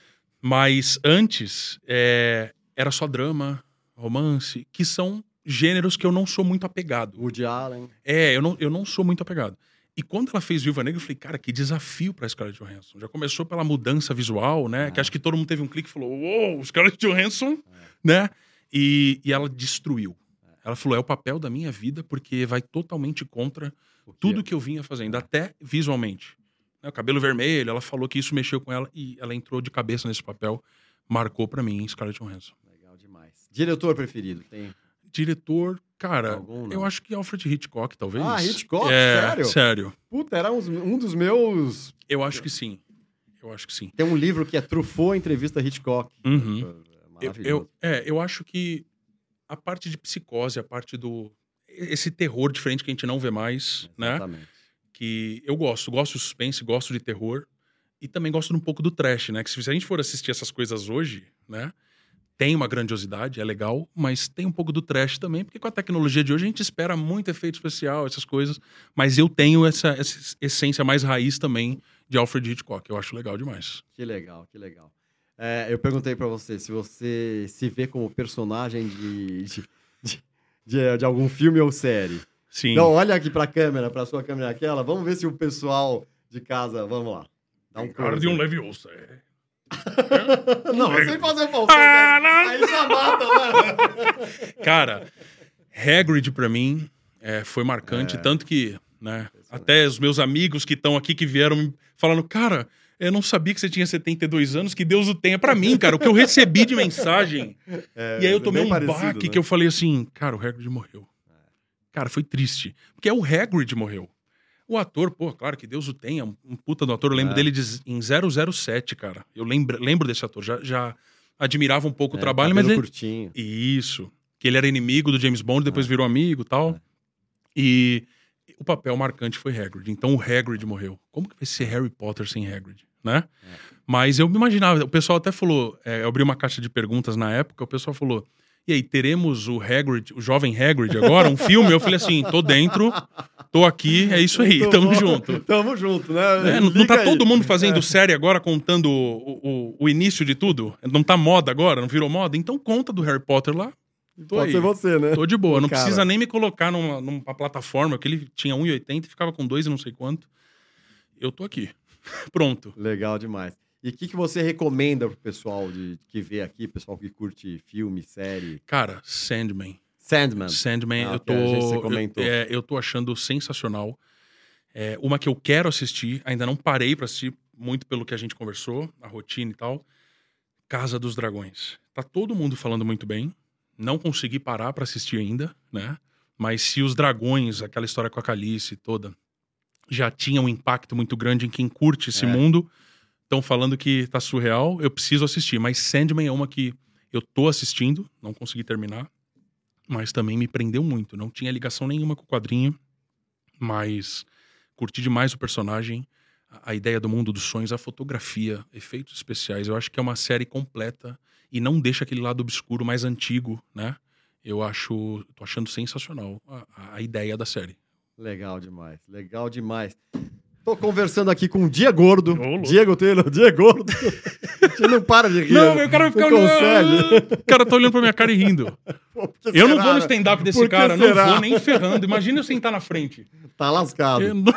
B: Mas antes, é, era só drama, romance, que são gêneros que eu não sou muito apegado.
A: Woody Allen.
B: É, eu não, eu não sou muito apegado. E quando ela fez Viúva Negra, eu falei, cara, que desafio pra Scarlett Johansson. Já começou pela mudança visual, né?
A: É.
B: Que acho que todo mundo teve um clique e falou, uou, Scarlett Johansson, né? E, e ela destruiu. Ela falou, é o papel da minha vida, porque vai totalmente contra
A: O que
B: tudo
A: é?
B: que eu vinha fazendo, até visualmente. Né, o cabelo vermelho, ela falou que isso mexeu com ela e ela entrou de cabeça nesse papel. Marcou pra mim Scarlett Johansson.
A: Legal demais. Diretor preferido? Tem
B: Diretor, cara,
A: algum? Não?
B: eu acho que Alfred Hitchcock, talvez.
A: Ah, Hitchcock?
B: É,
A: Sério?
B: Sério.
A: Puta, era uns- um dos meus...
B: Eu acho que sim. Eu acho que sim.
A: Tem um livro que é Truffaut Entrevista Hitchcock.
B: Uhum.
A: É
B: Eu,
A: maravilhoso.
B: eu, é, eu acho que a parte de psicose, a parte do... Esse terror diferente que a gente não vê mais, né?
A: Exatamente.
B: Que eu gosto. Gosto de suspense, gosto de terror. E também gosto um pouco do trash, né? Que se a gente for assistir essas coisas hoje, né? Tem uma grandiosidade, é legal, mas tem um pouco do trash também, porque com a tecnologia de hoje a gente espera muito efeito especial, essas coisas. Mas eu tenho essa, essa essência mais raiz também de Alfred Hitchcock. Eu acho legal demais.
A: Que legal, que legal. É, eu perguntei pra você se você se vê como personagem de, de, de, de, de algum filme ou série.
B: Sim.
A: Então, olha aqui pra câmera, pra sua câmera aquela. Vamos ver se o pessoal de casa... Vamos lá. Dá um
B: Guardião Leviosa, é.
A: Não, sem fazer falso. Ah, né? Aí já mata, né?
B: Cara, Hagrid pra mim é, foi marcante, é. Tanto que, né, até os meus amigos que estão aqui que vieram falando, cara, eu não sabia que você tinha setenta e dois anos, que Deus o tenha. Pra mim, cara, o que eu recebi de mensagem. É, e aí eu tomei um parecido, baque, né? Que eu falei assim, cara, o Hagrid morreu. Cara, foi triste. Porque é o Hagrid morreu. O ator, pô, claro que Deus o tenha, um puta do ator. Eu lembro é. dele de, em zero zero sete, cara. Eu lembro, lembro desse ator. Já, já admirava um pouco é, o trabalho, mas ele...
A: curtinho.
B: Isso. Que ele era inimigo do James Bond, depois é. virou amigo e tal. É. E o papel marcante foi Hagrid. Então o Hagrid morreu. Como que vai ser Harry Potter sem Hagrid, né? É. Mas eu me imaginava... O pessoal até falou... É, eu abri uma caixa de perguntas na época, o pessoal falou... E aí, teremos o Hagrid, o jovem Hagrid agora, um filme? Eu falei assim, tô dentro, tô aqui, é isso aí, tamo junto.
A: Tamo junto, né?
B: É, não, não tá todo mundo fazendo é. série agora, contando o, o, o início de tudo? Não tá moda agora, não virou moda? Então conta do Harry Potter lá. Tô
A: Pode
B: aí.
A: ser você, né?
B: Tô de boa, não Cara. precisa nem me colocar numa, numa plataforma, que ele tinha um e oitenta e ficava com dois e não sei quanto. Eu tô aqui, pronto.
A: Legal demais. E o que, que você recomenda pro pessoal de, que vê aqui, pessoal que curte filme, série?
B: Cara, Sandman.
A: Sandman.
B: Sandman, ah, eu tô...
A: Você comentou.
B: Eu, é, eu tô achando sensacional. É, uma que eu quero assistir, ainda não parei pra assistir, muito pelo que a gente conversou, a rotina e tal. Casa dos Dragões. Tá todo mundo falando muito bem. Não consegui parar pra assistir ainda, né? Mas se os dragões, aquela história com a Khaleesi toda, já tinha um impacto muito grande em quem curte esse é. mundo... Estão falando que tá surreal, eu preciso assistir. Mas Sandman é uma que eu tô assistindo, não consegui terminar, mas também me prendeu muito. Não tinha ligação nenhuma com o quadrinho, mas curti demais o personagem, a ideia do mundo dos sonhos, a fotografia, efeitos especiais. Eu acho que é uma série completa e não deixa aquele lado obscuro mais antigo, né? Eu acho, tô achando sensacional a, a ideia da série.
A: Legal demais, legal demais. Tô conversando aqui com o Dia Gordo.
B: Ô,
A: Diego Taylor, Dia Gordo. Você não para de rir.
B: Não, eu quero ficar olhando. O cara tá olhando pra minha cara e rindo. Pô, eu será, não vou no stand-up desse cara, será? Não vou nem ferrando. Imagina eu sentar na frente.
A: Tá lascado. Não...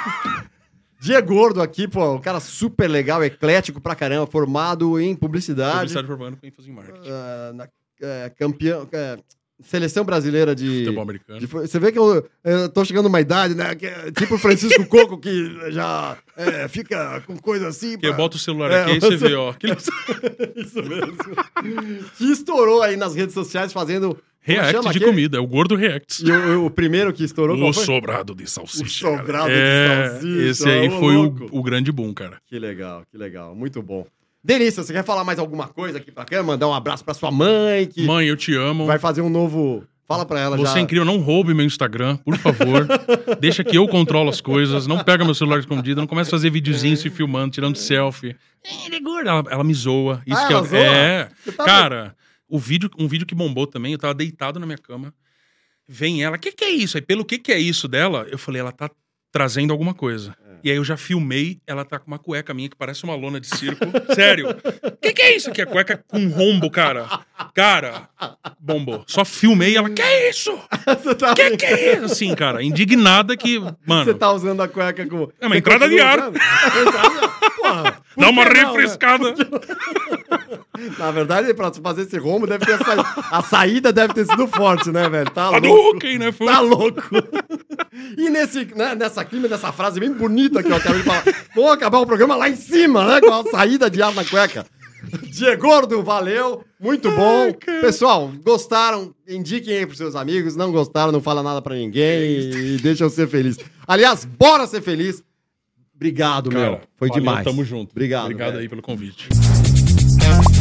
A: Dia Gordo aqui, pô, um cara super legal, eclético pra caramba, formado em publicidade.
B: Publicidade formando com ênfase em marketing.
A: Uh, na, uh, campeão... Uh, Seleção brasileira de...
B: Futebol americano. De,
A: você vê que eu, eu tô chegando numa idade, né? Que, tipo o Francisco Coco, que já é, fica com coisa assim...
B: Pra... Que bota o celular é, aqui e você vê, ó. Que...
A: Isso mesmo. Que estourou aí nas redes sociais fazendo...
B: React de comida, é o Gordo React.
A: E o, o primeiro que estourou...
B: O sobrado de salsicha.
A: O sobrado
B: é,
A: de salsicha.
B: Esse aí foi o, o grande boom, cara.
A: Que legal, que legal. Muito bom. Delícia, você quer falar mais alguma coisa aqui pra cá? Mandar um abraço pra sua mãe, que...
B: Mãe, eu te amo.
A: Vai fazer um novo... Fala pra ela
B: Você
A: já.
B: Você é incrível, não roube meu Instagram, por favor. Deixa que eu controlo as coisas. Não pega meu celular escondido, não começa a fazer videozinho se filmando, tirando selfie. Ele é gordo. Ela, ela me zoa. Isso
A: ah,
B: que
A: ela
B: é...
A: zoa?
B: É.
A: Tá
B: Cara, o vídeo, um vídeo que bombou também, eu tava deitado na minha cama. Vem ela, o que que é isso? Aí pelo que que é isso dela, eu falei, ela tá trazendo alguma coisa. É. E aí eu já filmei, ela tá com uma cueca minha que parece uma lona de circo. Sério. O que que é isso aqui? É cueca com rombo, cara. Cara, bombou. Só filmei ela, que é isso? Tá que bem. que é isso? Assim, cara, indignada que, mano...
A: Você tá usando a cueca com...
B: É uma entrada de ar. Porra, dá uma refrescada.
A: Não, Na verdade, pra fazer esse rombo, deve ter a, sa... a saída deve ter sido forte, né, velho? Tá louco.
B: Hadouken, né? Foi...
A: Tá louco. E nesse, né, nessa clima, nessa frase bem bonita que eu acabei de falar, vou acabar o programa lá em cima, né? Com a saída de ar na cueca. Diego Gordo, valeu, muito bom. Ai, pessoal, gostaram? Indiquem aí pros seus amigos. Não gostaram, não fala nada pra ninguém e deixa eu ser feliz. Aliás, bora ser feliz. Obrigado, cara, meu. Foi
B: valeu,
A: demais.
B: Tamo junto.
A: Obrigado.
B: Obrigado
A: velho.
B: aí pelo convite.